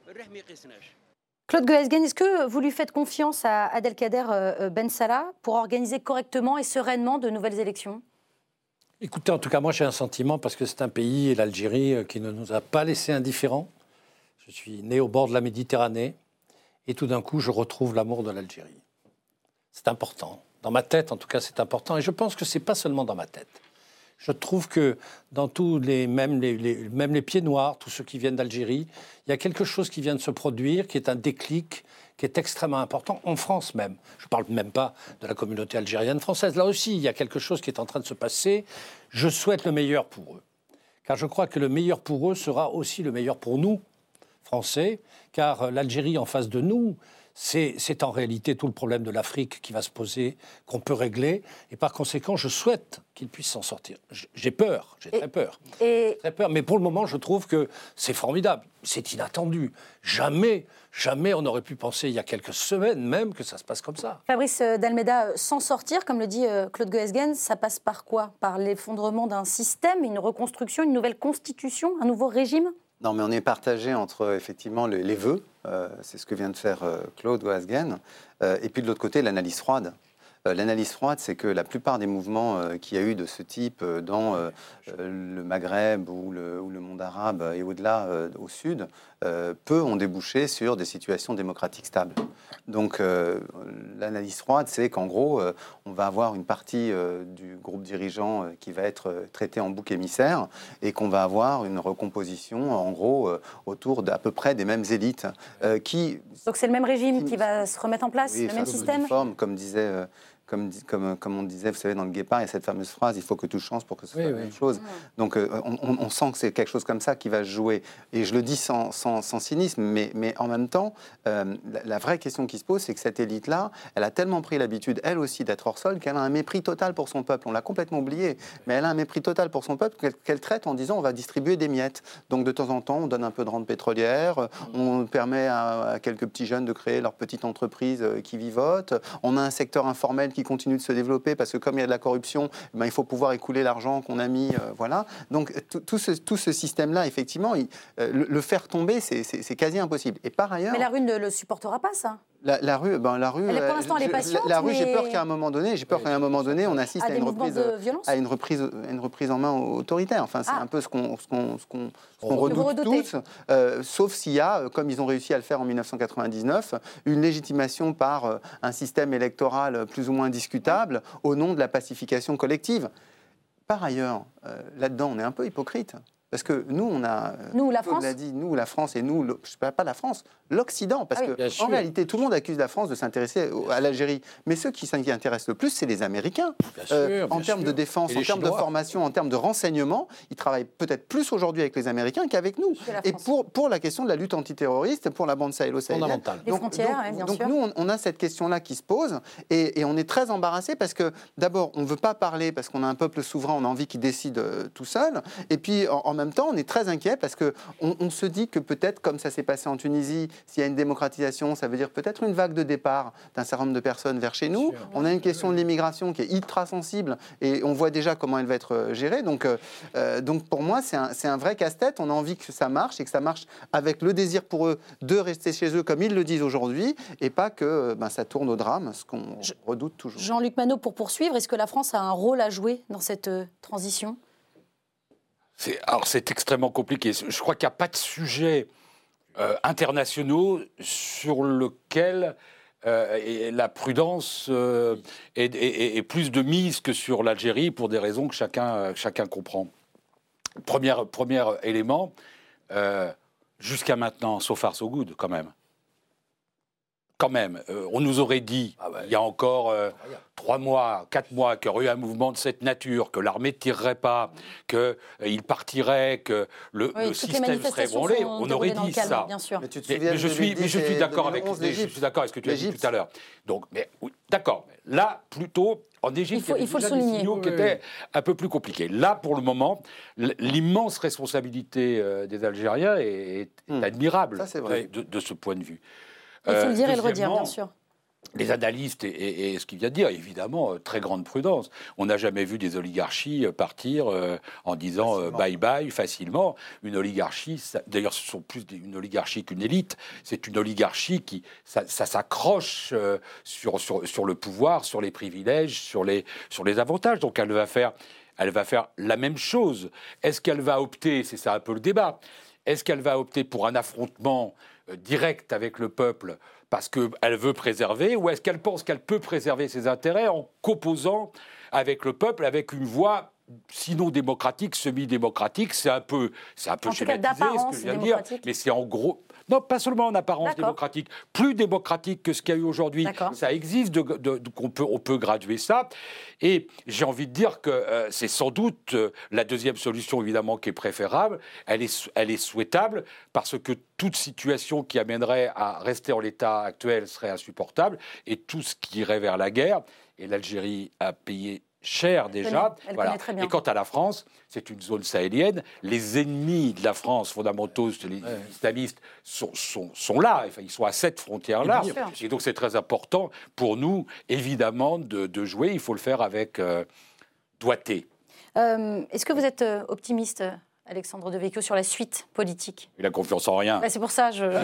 Claude Goesgen, est-ce que vous lui faites confiance à Abdelkader Ben Salah pour organiser correctement et sereinement de nouvelles élections ? Écoutez, en tout cas, moi j'ai un sentiment, parce que c'est un pays, l'Algérie, qui ne nous a pas laissés indifférents. Je suis né au bord de la Méditerranée et tout d'un coup, je retrouve l'amour de l'Algérie. C'est important. Dans ma tête, en tout cas, c'est important. Et je pense que ce n'est pas seulement dans ma tête. Je trouve que dans tous même les pieds noirs, tous ceux qui viennent d'Algérie, il y a quelque chose qui vient de se produire, qui est un déclic, qui est extrêmement important, en France même. Je ne parle même pas de la communauté algérienne française. Là aussi, il y a quelque chose qui est en train de se passer. Je souhaite le meilleur pour eux. Car je crois que le meilleur pour eux sera aussi le meilleur pour nous, Français, car l'Algérie en face de nous, c'est en réalité tout le problème de l'Afrique qui va se poser, qu'on peut régler. Et par conséquent, je souhaite qu'ils puissent s'en sortir. J'ai peur, j'ai très peur. Très peur. Mais pour le moment, je trouve que c'est formidable. C'est inattendu. Jamais on aurait pu penser, il y a quelques semaines même, que ça se passe comme ça. Fabrice Dalméda, s'en sortir, comme le dit Claude Goesgen, ça passe par quoi ? Par l'effondrement d'un système, une reconstruction, une nouvelle constitution, un nouveau régime ? Non, mais on est partagé entre effectivement les vœux, c'est ce que vient de faire Claude Goesgen, et puis de l'autre côté, l'analyse froide. L'analyse froide, c'est que la plupart des mouvements qu'il y a eu de ce type dans le Maghreb ou le monde arabe et au-delà, au sud, peu ont débouché sur des situations démocratiques stables. Donc l'analyse froide, c'est qu'en gros, on va avoir une partie du groupe dirigeant qui va être traité en bouc émissaire et qu'on va avoir une recomposition, en gros, autour d'à peu près des mêmes élites qui... Donc c'est le même régime qui va se remettre en place, oui, le même système comme disait... Comme on disait, vous savez, dans le Guépard, il y a cette fameuse phrase « il faut que tout change pour que ce soit la même chose ». Donc on sent que c'est quelque chose comme ça qui va se jouer. Et je le dis sans cynisme, mais en même temps, la vraie question qui se pose, c'est que cette élite-là, elle a tellement pris l'habitude, elle aussi, d'être hors sol, qu'elle a un mépris total pour son peuple. On l'a complètement oublié, mais elle a un mépris total pour son peuple qu'elle traite en disant « on va distribuer des miettes ». Donc de temps en temps, on donne un peu de rente pétrolière, on permet à quelques petits jeunes de créer leur petite entreprise qui vivote, on a un secteur informel qui continue de se développer parce que comme il y a de la corruption, il faut pouvoir écouler l'argent qu'on a mis. Voilà. Donc tout ce système-là, effectivement, le faire tomber, c'est quasi impossible. Et par ailleurs... Mais la rue ne le supportera pas, ça. La rue, pour l'instant, elle est patiente. La rue, mais... j'ai peur qu'à un moment donné, on assiste à une reprise en main autoritaire. Enfin, c'est un peu ce qu'on redoute tous. Sauf s'il y a, comme ils ont réussi à le faire en 1999, une légitimation par un système électoral plus ou moins discutable au nom de la pacification collective. Par ailleurs, là-dedans, on est un peu hypocrite. Parce que nous, on a... Nous, la France. On a dit, nous, la France, et nous, pas la France, l'Occident. Parce qu'en réalité, tout le monde accuse la France de s'intéresser à l'Algérie. Mais ceux qui s'intéressent le plus, c'est les Américains. En termes de défense, en termes de formation, en termes de renseignement, ils travaillent peut-être plus aujourd'hui avec les Américains qu'avec nous. Et pour la question de la lutte antiterroriste, pour la bande sahélo-sahélienne. Les frontières, bien sûr. Donc nous, on a cette question-là qui se pose. Et on est très embarrassés parce que, d'abord, on ne veut pas parler parce qu'on a un peuple souverain, on a envie qu'il décide tout seul. Et puis, en même temps, on est très inquiet parce qu'on se dit que peut-être, comme ça s'est passé en Tunisie, s'il y a une démocratisation, ça veut dire peut-être une vague de départ d'un certain nombre de personnes vers chez nous. On a une question de l'immigration qui est ultra sensible et on voit déjà comment elle va être gérée. Donc pour moi, c'est un vrai casse-tête. On a envie que ça marche et que ça marche avec le désir pour eux de rester chez eux comme ils le disent aujourd'hui et pas que ça tourne au drame, ce qu'on redoute toujours. Jean-Luc Manot, pour poursuivre, est-ce que la France a un rôle à jouer dans cette transition ? C'est extrêmement compliqué. Je crois qu'il n'y a pas de sujet internationaux sur lequel la prudence est plus de mise que sur l'Algérie pour des raisons que chacun comprend. Premier élément, jusqu'à maintenant, so far so good quand même. Quand même, on nous aurait dit, il y a encore 3 mois, 4 mois, qu'il y aurait eu un mouvement de cette nature, que l'armée ne tirerait pas, qu'il partirait, que le système serait ébranlé. On aurait dit ça. Bien sûr. Mais je suis d'accord avec ce que tu as dit tout à l'heure. Donc, d'accord. Là, plutôt, en Égypte, il faut déjà des signaux qui étaient un peu plus compliqués. Là, pour le moment, l'immense responsabilité des Algériens est admirable de ce point de vue. Il faut le dire et le redire, bien sûr. Les analystes, et ce qu'il vient de dire, évidemment, très grande prudence. On n'a jamais vu des oligarchies partir en disant bye-bye facilement. Une oligarchie, d'ailleurs, ce sont plus une oligarchie qu'une élite. C'est une oligarchie qui ça s'accroche sur le pouvoir, sur les privilèges, sur les avantages. Donc elle va faire la même chose. Est-ce qu'elle va opter, c'est ça un peu le débat, est-ce qu'elle va opter pour un affrontement direct avec le peuple parce qu'elle veut préserver, ou est-ce qu'elle pense qu'elle peut préserver ses intérêts en composant avec le peuple, avec une voie sinon démocratique, semi-démocratique? C'est un peu schématisé ce que je viens de dire, mais c'est en gros... Non, pas seulement en apparence démocratique, plus démocratique que ce qu'il y a eu aujourd'hui. Ça existe, on peut graduer ça. Et j'ai envie de dire que c'est sans doute la deuxième solution, évidemment, qui est préférable. Elle est souhaitable parce que toute situation qui amènerait à rester en l'état actuel serait insupportable. Et tout ce qui irait vers la guerre, et l'Algérie a payé cher déjà. Voilà. Et quant à la France, c'est une zone sahélienne. Les ennemis de la France, fondamentaux, les islamistes, sont là. Enfin, ils sont à cette frontière-là. Et donc, c'est très important pour nous, évidemment, de jouer. Il faut le faire avec doigté. Est-ce que vous êtes optimiste, Alexandre Devecchio, sur la suite politique? Il a confiance en rien. C'est pour ça, j'avais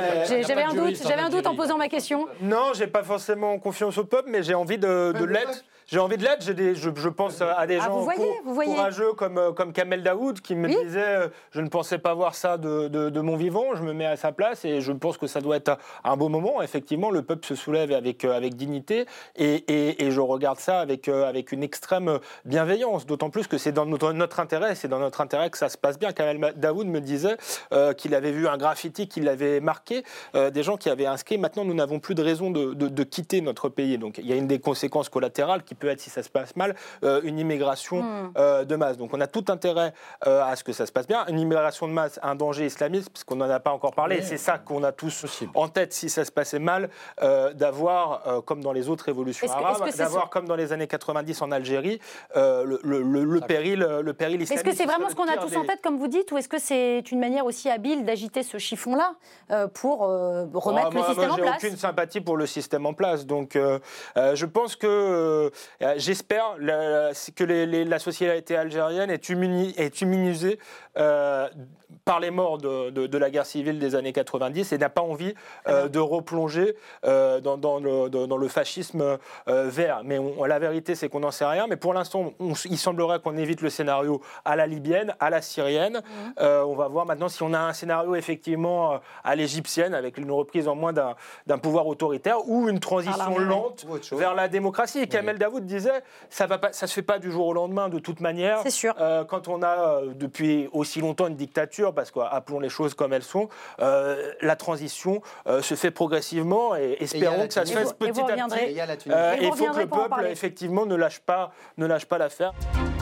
un doute en posant ma question. Non, j'ai pas forcément confiance au peuple, mais j'ai envie de l'être. J'ai envie de l'être. Je pense à des gens courageux comme Kamel Daoud qui me disait je ne pensais pas voir ça de mon vivant. Je me mets à sa place et je pense que ça doit être un beau moment. Effectivement, le peuple se soulève avec dignité et je regarde ça avec une extrême bienveillance. D'autant plus que c'est dans notre intérêt. C'est dans notre intérêt que ça se passe bien. Kamel Daoud me disait qu'il avait vu un graffiti qui l'avait marqué, des gens qui avaient inscrit. Maintenant, nous n'avons plus de raison de quitter notre pays. Donc, il y a une des conséquences collatérales qui peut être, si ça se passe mal, une immigration de masse. Donc on a tout intérêt à ce que ça se passe bien. Une immigration de masse, un danger islamiste, parce qu'on n'en a pas encore parlé, c'est ça qu'on a tous en tête si ça se passait mal, d'avoir, comme dans les autres révolutions arabes, d'avoir, comme dans les années 90 en Algérie, le péril islamiste. Est-ce que c'est vraiment ce qu'on a tous en tête, comme vous dites, ou est-ce que c'est une manière aussi habile d'agiter ce chiffon-là pour remettre le système en place? Moi, j'ai aucune sympathie pour le système en place. Donc, je pense que, j'espère que la société algérienne est immunisée par les morts de la guerre civile des années 90 et n'a pas envie de replonger dans le fascisme vert. Mais la vérité, c'est qu'on n'en sait rien. Mais pour l'instant, il semblerait qu'on évite le scénario à la libyenne, à la syrienne. On va voir maintenant si on a un scénario effectivement à l'égyptienne, avec une reprise en moins d'un pouvoir autoritaire, ou une transition lente vers la démocratie. Et Kamel Daoud disait, ça se fait pas du jour au lendemain de toute manière. C'est sûr. Quand on a depuis aussi longtemps une dictature, parce qu'appelons les choses comme elles sont, la transition se fait progressivement et espérons que ça se fasse petit à petit. Et il faut que le peuple, effectivement, ne lâche pas l'affaire.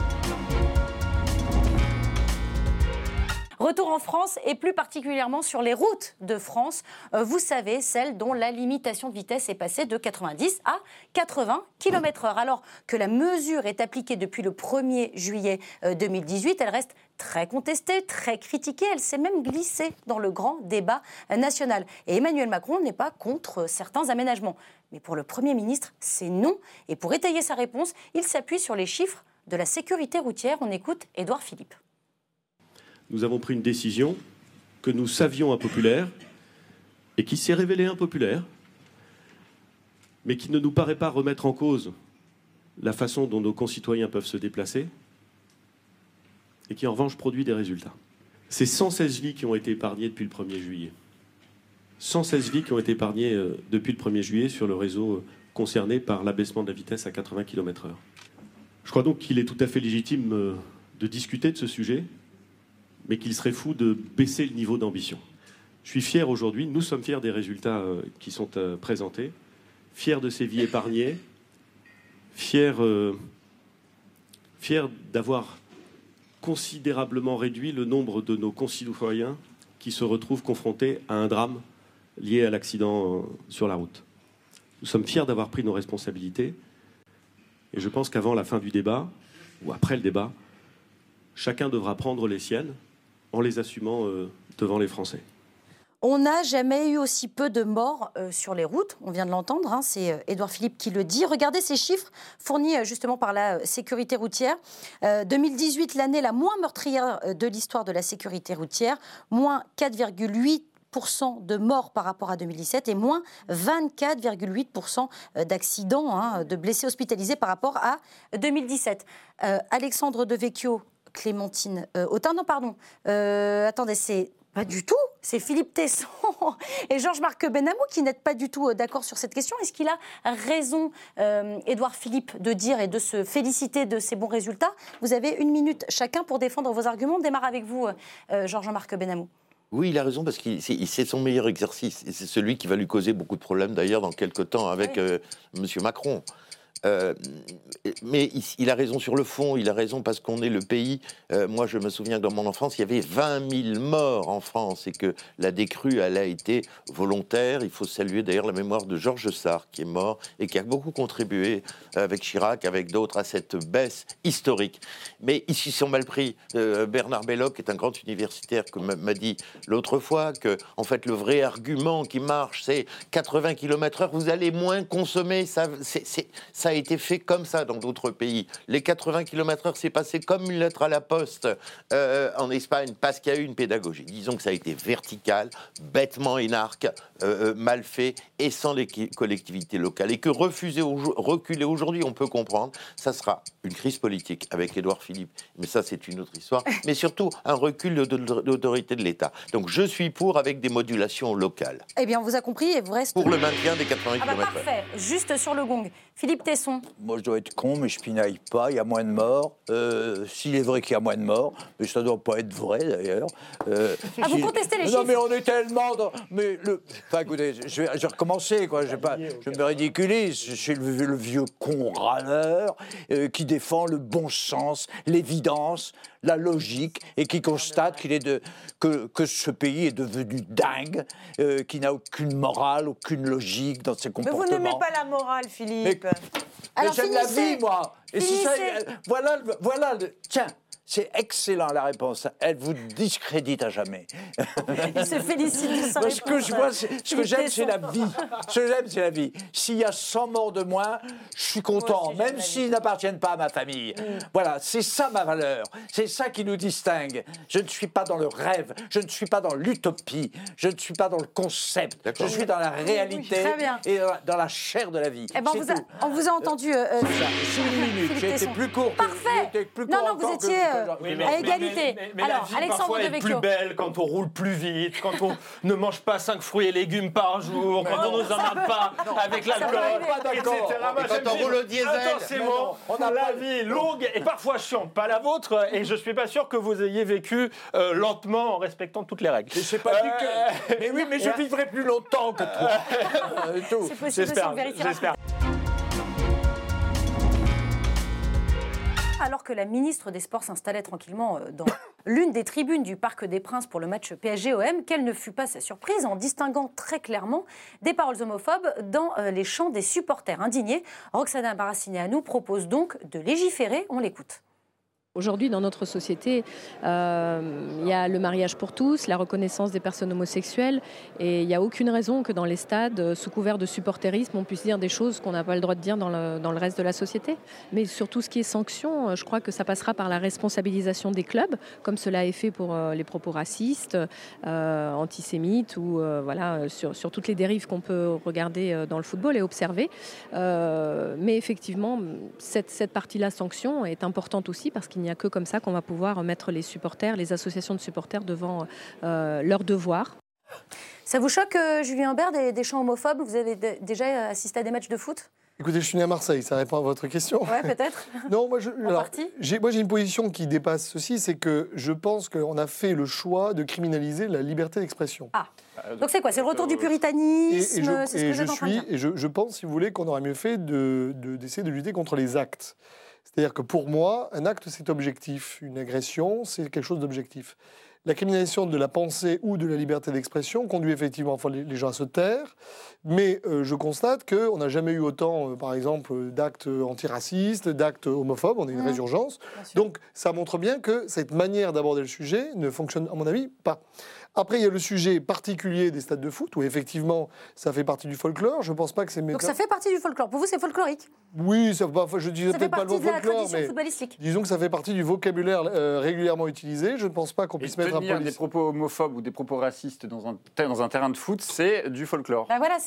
Retour en France et plus particulièrement sur les routes de France. Vous savez, celles dont la limitation de vitesse est passée de 90 à 80 km/h. Alors que la mesure est appliquée depuis le 1er juillet 2018, elle reste très contestée, très critiquée. Elle s'est même glissée dans le grand débat national. Et Emmanuel Macron n'est pas contre certains aménagements. Mais pour le Premier ministre, c'est non. Et pour étayer sa réponse, il s'appuie sur les chiffres de la sécurité routière. On écoute Édouard Philippe. Nous avons pris une décision que nous savions impopulaire et qui s'est révélée impopulaire, mais qui ne nous paraît pas remettre en cause la façon dont nos concitoyens peuvent se déplacer et qui en revanche produit des résultats. C'est 116 vies qui ont été épargnées depuis le 1er juillet. 116 vies qui ont été épargnées depuis le 1er juillet sur le réseau concerné par l'abaissement de la vitesse à 80 km/h. Je crois donc qu'il est tout à fait légitime de discuter de ce sujet, mais qu'il serait fou de baisser le niveau d'ambition. Je suis fier aujourd'hui, nous sommes fiers des résultats qui sont présentés, fiers de ces vies épargnées, fiers d'avoir considérablement réduit le nombre de nos concitoyens qui se retrouvent confrontés à un drame lié à l'accident sur la route. Nous sommes fiers d'avoir pris nos responsabilités, et je pense qu'avant la fin du débat, ou après le débat, chacun devra prendre les siennes, en les assumant devant les Français. On n'a jamais eu aussi peu de morts sur les routes, on vient de l'entendre, hein, c'est Édouard Philippe qui le dit. Regardez ces chiffres fournis justement par la sécurité routière. 2018, l'année la moins meurtrière de l'histoire de la sécurité routière, moins 4,8% de morts par rapport à 2017 et moins 24,8% d'accidents, de blessés hospitalisés par rapport à 2017. Alexandre Devecchio, Clémentine Autain, non pardon, attendez, c'est pas du tout, c'est Philippe Tesson et Georges-Marc Benamou qui n'êtes pas du tout d'accord sur cette question. Est-ce qu'il a raison, Édouard Philippe, de dire et de se féliciter de ces bons résultats? Vous avez 1 minute chacun pour défendre vos arguments. On démarre avec vous, Georges-Marc Benamou. Oui, il a raison, parce que c'est son meilleur exercice. Et c'est celui qui va lui causer beaucoup de problèmes, d'ailleurs, dans quelques temps, avec M. Macron. Mais il a raison sur le fond, il a raison parce qu'on est le pays. Moi, je me souviens que dans mon enfance, il y avait 20 000 morts en France et que la décrue, elle a été volontaire. Il faut saluer d'ailleurs la mémoire de Georges Sarr, qui est mort et qui a beaucoup contribué avec Chirac, avec d'autres, à cette baisse historique. Mais ils s'y sont mal pris. Bernard Belloc, qui est un grand universitaire, m'a dit l'autre fois que, en fait, le vrai argument qui marche, c'est 80 km/h, vous allez moins consommer. Ça a été fait comme ça dans d'autres pays. Les 80 km/h, c'est passé comme une lettre à la poste en Espagne parce qu'il y a eu une pédagogie. Disons que ça a été vertical, bêtement énarque, mal fait et sans les collectivités locales. Et que reculer aujourd'hui, on peut comprendre, ça sera une crise politique avec Édouard Philippe. Mais ça, c'est une autre histoire. Mais surtout, un recul de l'autorité de l'État. Donc, je suis pour avec des modulations locales. Eh bien, on vous a compris et vous restez... Pour le maintien des 80 km/h. Parfait. Juste sur le gong. Philippe Tesson. Moi, je dois être con, mais je pinaille pas. Il y a moins de morts. S'il est vrai qu'il y a moins de morts, mais ça ne doit pas être vrai, d'ailleurs. Vous contestez les chiffres? Non, mais on est tellement... Enfin, écoutez, je vais recommencer, quoi. Je me ridiculise. Je suis le vieux con râleur qui défend le bon sens, l'évidence, la logique, et qui constate que ce pays est devenu dingue, qui n'a aucune morale, aucune logique dans ses comportements. Mais vous n'aimez pas la morale, Philippe. Mais j'aime la vie, moi. Et si ça, voilà, tiens, C'est excellent la réponse. Elle vous discrédite à jamais. Il se félicite de sa réponse. Ce que j'aime, c'est la vie. Ce que j'aime, c'est la vie. S'il y a 100 morts de moins, je suis content, même s'ils n'appartiennent pas à ma famille. Voilà, c'est ça ma valeur. C'est ça qui nous distingue. Je ne suis pas dans le rêve, je ne suis pas dans l'utopie, je ne suis pas dans le concept. Je suis dans la réalité et dans la chair de la vie. Eh ben, on vous a entendu. 6 minutes, j'ai été plus court. Parfait. Non, vous étiez à égalité. Mais alors, la vie, Alexandre Devecchio. Est plus belle quand on roule plus vite, quand on ne mange pas 5 fruits et légumes par jour, quand on ne nous emmerde pas avec l'alcool, etc. Quand on roule au diesel. Intensément, on a la vie longue et parfois chiante, pas la vôtre, et je suis pas sûr que vous ayez vécu lentement en respectant toutes les règles. Je sais pas dit que... Mais oui, mais je vivrai plus longtemps que toi. C'est possible, on vérifiera. J'espère. Alors que la ministre des Sports s'installait tranquillement dans l'une des tribunes du Parc des Princes pour le match PSG-OM, quelle ne fut pas sa surprise en distinguant très clairement des paroles homophobes dans les chants des supporters indignés. Roxana Maracineanu propose donc de légiférer. On l'écoute. Aujourd'hui, dans notre société, il y a le mariage pour tous, la reconnaissance des personnes homosexuelles, et il n'y a aucune raison que dans les stades, sous couvert de supporterisme, on puisse dire des choses qu'on n'a pas le droit de dire dans le reste de la société. Mais surtout ce qui est sanction, je crois que ça passera par la responsabilisation des clubs, comme cela est fait pour les propos racistes, antisémites, ou sur toutes les dérives qu'on peut regarder dans le football et observer. Mais effectivement, cette partie-là, sanction, est importante aussi parce qu'il n'y a que comme ça qu'on va pouvoir mettre les supporters, les associations de supporters devant leurs devoirs. Ça vous choque, Julien Humbert, des chants homophobes? Vous avez déjà assisté à des matchs de foot? Écoutez, je suis né à Marseille, ça répond à votre question. Ouais, peut-être. Non, moi, j'ai une position qui dépasse ceci, c'est que je pense qu'on a fait le choix de criminaliser la liberté d'expression. Ah, donc c'est quoi? C'est le retour du puritanisme? C'est ce que j'étais en train de dire. Et je pense, si vous voulez, qu'on aurait mieux fait d'essayer de lutter contre les actes. C'est-à-dire que pour moi, un acte, c'est objectif. Une agression, c'est quelque chose d'objectif. La criminalisation de la pensée ou de la liberté d'expression conduit effectivement les gens à se taire, mais je constate qu'on n'a jamais eu autant, par exemple, d'actes antiracistes, d'actes homophobes, on a une résurgence. Donc ça montre bien que cette manière d'aborder le sujet ne fonctionne, à mon avis, pas. Après, il y a le sujet particulier des stades de foot, où effectivement, ça fait partie du folklore. Je ne pense pas que c'est... Donc ça fait partie du folklore. Pour vous, c'est folklorique? Oui, je disais peut-être pas le mot folklore, mais disons que ça fait partie du vocabulaire régulièrement utilisé. Je ne pense pas qu'on puisse mettre un police. Des propos homophobes ou des propos racistes dans un terrain de foot, c'est du folklore. Bah voilà,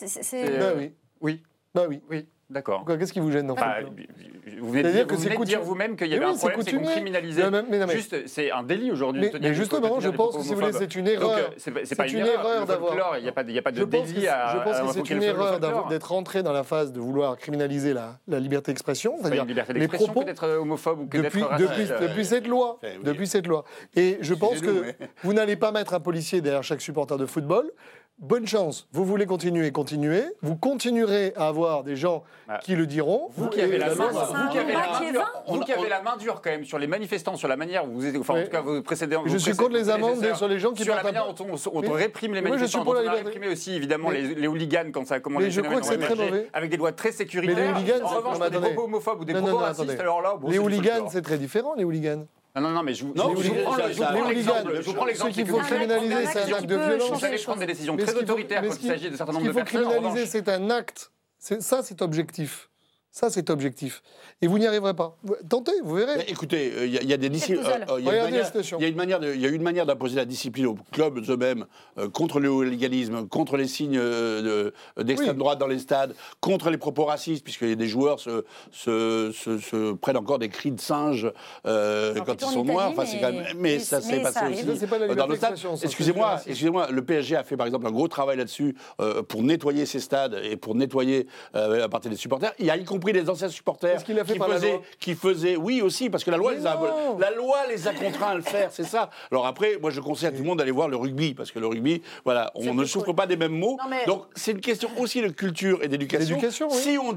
oui. Oui. D'accord. Qu'est-ce qui vous gêne dans vous venez de dire vous-même qu'il y avait un problème, c'est qu'on criminalisait. Juste, c'est un délit aujourd'hui. Mais justement, je pense que si vous voulez, c'est une erreur. C'est pas une erreur d'avoir. Il n'y a pas de délit à. Je pense que c'est une erreur d'être rentré dans la phase de vouloir criminaliser la liberté d'expression. C'est-à-dire les propos que d'être homophobe ou que d'être raciste. Depuis cette loi. Et je pense que vous n'allez pas mettre un policier derrière chaque supporter de football. Bonne chance. Vous voulez continuer. Vous continuerez à avoir des gens qui le diront. Vous qui avez la main dure quand même sur les manifestants, sur la manière où vous êtes, enfin en tout cas vos précédents. Je suis contre les amendes sur les gens qui sur la manière dont on réprime les manifestants. On a réprimé aussi évidemment les hooligans quand ça a commencé. Mais je crois que c'est très mauvais. Avec des lois très sécuritaires. En revanche, des propos homophobes ou des propos racistes, alors là, les hooligans, c'est très différent. Les hooligans. Non, mais je prends l'exemple. Ce qu'il faut criminaliser, c'est un acte de violence. Vous allez prendre des décisions très autoritaires quand il s'agit de certains nombres de personnes. Ce qu'il faut criminaliser, c'est un acte. Ça, c'est objectif. Ça, c'est objectif. Et vous n'y arriverez pas. Tentez, vous verrez. Mais écoutez, il y a des disciplines. Il y a une manière d'imposer la discipline aux clubs eux-mêmes contre le hooliganisme, contre les signes d'extrême droite dans les stades, contre les propos racistes, puisque des joueurs se prennent encore des cris de singe quand ils sont noirs. Enfin, c'est quand même. Mais ça s'est passé aussi dans nos stades. Excusez-moi, le PSG a fait par exemple un gros travail là-dessus pour nettoyer ses stades et pour nettoyer à partir des supporters. Il y a y compris les anciens supporters qui faisaient, oui aussi, parce que la loi les a contraints à le faire, c'est ça. Alors après, moi je conseille à tout le monde d'aller voir le rugby, parce que le rugby, voilà, on ne souffre pas des mêmes mots. Donc c'est une question aussi de culture et d'éducation. Si on dit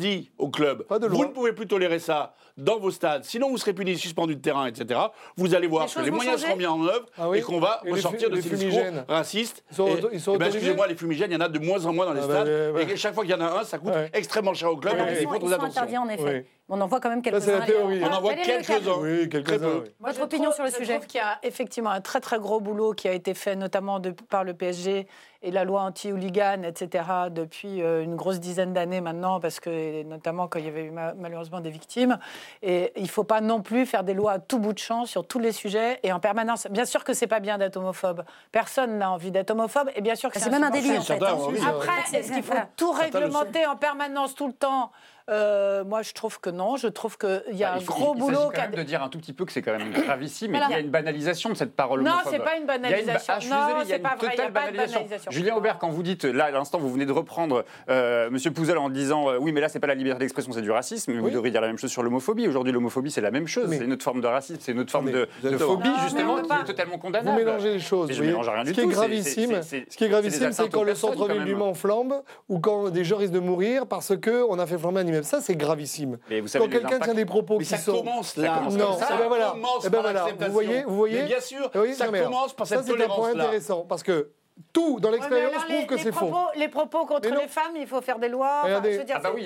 aux clubs. Vous ne pouvez plus tolérer ça dans vos stades, sinon vous serez punis, suspendus de terrain, etc. Vous allez voir que les moyens seront mis en œuvre et qu'on va ressortir de ces discours racistes. Excusez-moi, les fumigènes, il y en a de moins en moins dans les stades. Et chaque fois qu'il y en a un, ça coûte extrêmement cher au club. Ils sont interdits en effet. On en voit quand même quelques-uns. On en voit quelques-uns. Oui, quelques-uns. Votre opinion sur le sujet? Je trouve qu'il y a effectivement un très très gros boulot qui a été fait notamment par le PSG et la loi anti-hooligan, etc. depuis une grosse dizaine d'années maintenant, parce que notamment quand il y avait eu malheureusement des victimes. Et il ne faut pas non plus faire des lois à tout bout de champ sur tous les sujets et en permanence. Bien sûr que c'est pas bien d'être homophobe. Personne n'a envie d'être homophobe et bien sûr que c'est même un délit en fait. Après, est-ce qu'il faut tout réglementer en permanence tout le temps? Moi, je trouve que non. Je trouve qu'il y a un gros boulot. Il s'agit quand même de dire un tout petit peu que c'est quand même gravissime et qu'il y a une banalisation de cette parole homophobe. Non, c'est pas une banalisation. Il y a une totale banalisation. Julien Aubert, quand vous dites, là, à l'instant, vous venez de reprendre M. Pouzel en disant oui, mais là, c'est pas la liberté d'expression, c'est du racisme. Mais vous devriez dire la même chose sur l'homophobie. Aujourd'hui, l'homophobie, c'est la même chose. C'est une autre forme de racisme, c'est une autre forme de phobie, justement, qui est totalement condamnable. Vous mélangez les choses. Je mélange rien du tout. Ce qui est gravissime, c'est quand le centre-ville du Mans flambe ou quand des gens risquent de mourir parce qu'on a fait flamber un immeuble. Ça, c'est gravissime. Quand quelqu'un tient des propos qui sont... Ça commence là. Non, ben voilà. Vous voyez. Mais bien sûr, ça commence par cette tolérance-là. Ça, c'est un point intéressant, parce que tout dans l'expérience prouve que c'est faux. Les propos contre les femmes, il faut faire des lois. Regardez. Est-ce d'accord.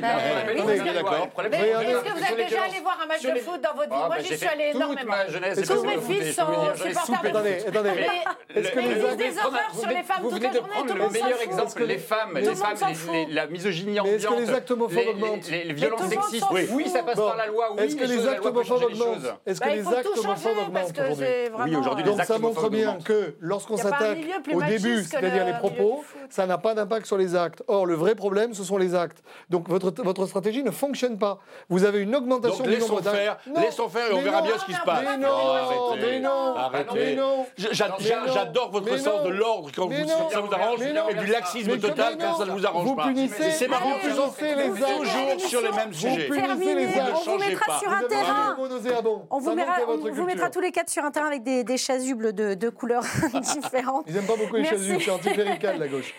que vous êtes déjà allé voir un match de foot dans votre vie? Moi, j'y suis allé énormément. Tous mes fils sont supporters de foot. Attendez. Est-ce que ils disent des horreurs sur les femmes toute la journée? Tout le monde s'en fout. Le meilleur exemple, les femmes, la misogynie ambiante. Est-ce que les actes homophobes augmentent? Les violences sexistes, oui, ça passe par la loi. Est-ce que les actes homophobes augmentent? Est-ce que les actes homophobes augmentent aujourd'hui? Donc ça montre bien que lorsqu'on s'attaque au début, c'est-à-dire les propos, ça n'a pas d'impact sur les actes. Or, le vrai problème, ce sont les actes. Donc, votre stratégie ne fonctionne pas. Vous avez une augmentation du nombre d'actes. Laissons faire et on verra bien ce qui se passe. Mais non. J'adore votre sens de l'ordre quand ça vous arrange et du laxisme total quand ça ne vous arrange pas. C'est marrant, toujours sur les mêmes sujets. On vous mettra sur un terrain. On vous mettra tous les quatre sur un terrain avec des chasubles de couleurs différentes. Ils n'aiment pas beaucoup les chasubles, c'est anticlérical. La gauche.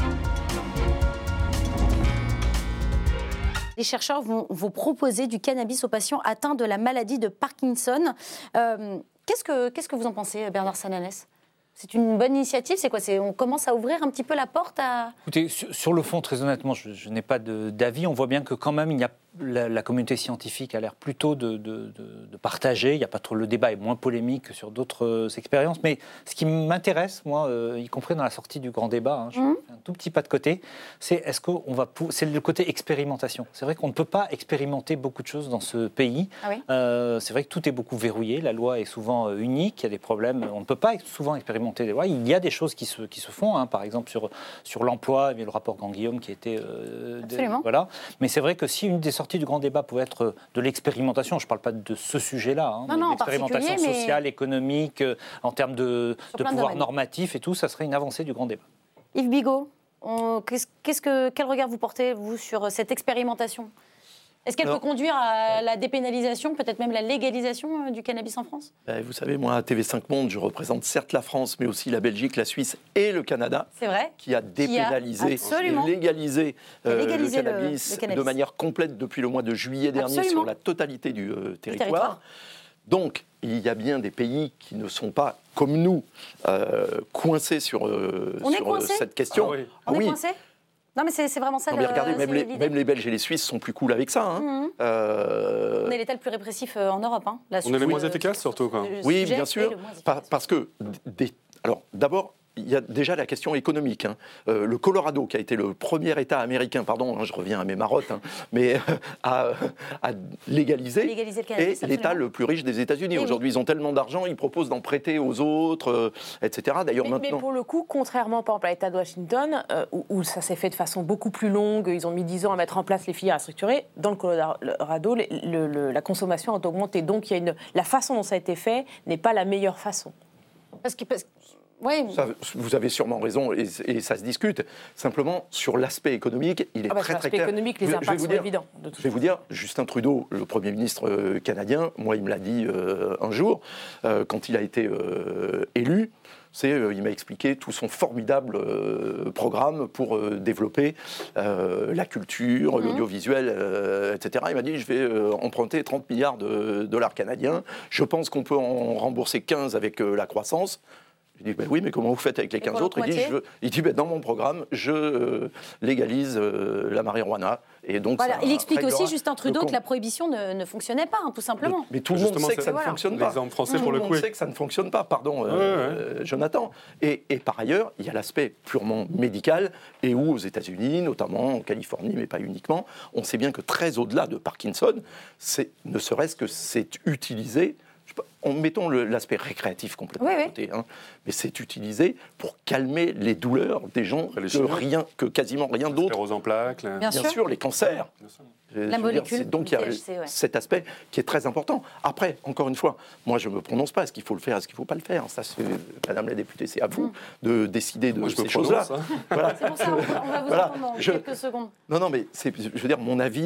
Les chercheurs vont proposer du cannabis aux patients atteints de la maladie de Parkinson. Qu'est-ce que vous en pensez, Bernard Sananès ? C'est une bonne initiative, c'est quoi? On commence à ouvrir un petit peu la porte à... Écoutez, sur le fond, très honnêtement, je n'ai pas d'avis. On voit bien que quand même, il y a la communauté scientifique a l'air plutôt de partager. Il y a pas trop, le débat est moins polémique que sur d'autres expériences. Mais ce qui m'intéresse, moi, y compris dans la sortie du grand débat, je fais un tout petit pas de côté, c'est c'est le côté expérimentation. C'est vrai qu'on ne peut pas expérimenter beaucoup de choses dans ce pays. Ah oui. C'est vrai que tout est beaucoup verrouillé. La loi est souvent unique. Il y a des problèmes. On ne peut pas souvent expérimenter des lois. Il y a des choses qui se font. Par exemple, sur l'emploi, il y a le rapport Grand-Guillaume qui était... voilà. Mais c'est vrai que si une des sorties du grand débat pouvait être de l'expérimentation, je ne parle pas de ce sujet-là, l'expérimentation sociale, économique, en termes de pouvoir normatif et tout, ça serait une avancée du grand débat. Yves Bigot, quel regard vous portez, vous, sur cette expérimentation ? Est-ce qu'elle peut conduire à la dépénalisation, peut-être même la légalisation du cannabis en France ? Vous savez, moi, à TV5 Monde, je représente certes la France, mais aussi la Belgique, la Suisse et le Canada, qui a dépénalisé, légalisé le cannabis de manière complète depuis le mois de juillet dernier sur la totalité du territoire. Donc, il y a bien des pays qui ne sont pas, comme nous, coincés sur cette question. Ah oui. On est coincés ? Non, mais c'est vraiment ça. Non, mais regardez, même les Belges et les Suisses sont plus cool avec ça. On est l'État le plus répressif en Europe. On est les moins efficaces, surtout. Oui, bien sûr. Parce que, alors, d'abord, il y a déjà la question économique. Le Colorado, qui a été le premier État américain, je reviens à mes marottes, mais a légalisé le cannabis, et l'État le plus riche des États-Unis. Aujourd'hui, ils ont tellement d'argent, ils proposent d'en prêter aux autres, etc. D'ailleurs, mais pour le coup, contrairement par exemple à l'État de Washington, où ça s'est fait de façon beaucoup plus longue, ils ont mis 10 ans à mettre en place les filières à structurer, dans le Colorado, la consommation a augmenté. Donc la façon dont ça a été fait n'est pas la meilleure façon. Oui. Vous avez sûrement raison et ça se discute. Simplement, sur l'aspect économique, il est très clair. Sur l'aspect économique, les impacts sont évidents. Je vais vous dire, Justin Trudeau, le Premier ministre canadien, moi, il me l'a dit un jour, quand il a été élu, il m'a expliqué tout son formidable programme pour développer la culture, l'audiovisuel, etc. Il m'a dit, je vais emprunter 30 milliards de dollars canadiens. Je pense qu'on peut en rembourser 15 avec la croissance. Je dis, oui, mais comment vous faites avec les 15 autres? Il dit, dans mon programme, je légalise la marijuana. Et donc, voilà, il explique aussi, Justin Trudeau, que la prohibition ne fonctionnait pas, tout simplement. Mais tout le monde sait que ça ne fonctionne pas. L'exemple français, tout le monde sait que ça ne fonctionne pas, pardon, Jonathan. Et par ailleurs, il y a l'aspect purement médical, et où aux États-Unis, notamment en Californie, mais pas uniquement, on sait bien que très au-delà de Parkinson, ne serait-ce que c'est utilisé. Mettons l'aspect récréatif complètement de côté, mais c'est utilisé pour calmer les douleurs des gens que quasiment rien d'autre. Sclérose en plaques. Bien sûr, les cancers. La molécule. Donc il y a cet aspect qui est très important. Après, encore une fois, moi je ne me prononce pas, est-ce qu'il faut le faire, est-ce qu'il ne faut pas le faire. Ça, Madame la députée, c'est à vous de décider de ces choses-là. Voilà. C'est pour ça, on va vous entendre dans quelques secondes. Non, mais je veux dire, mon avis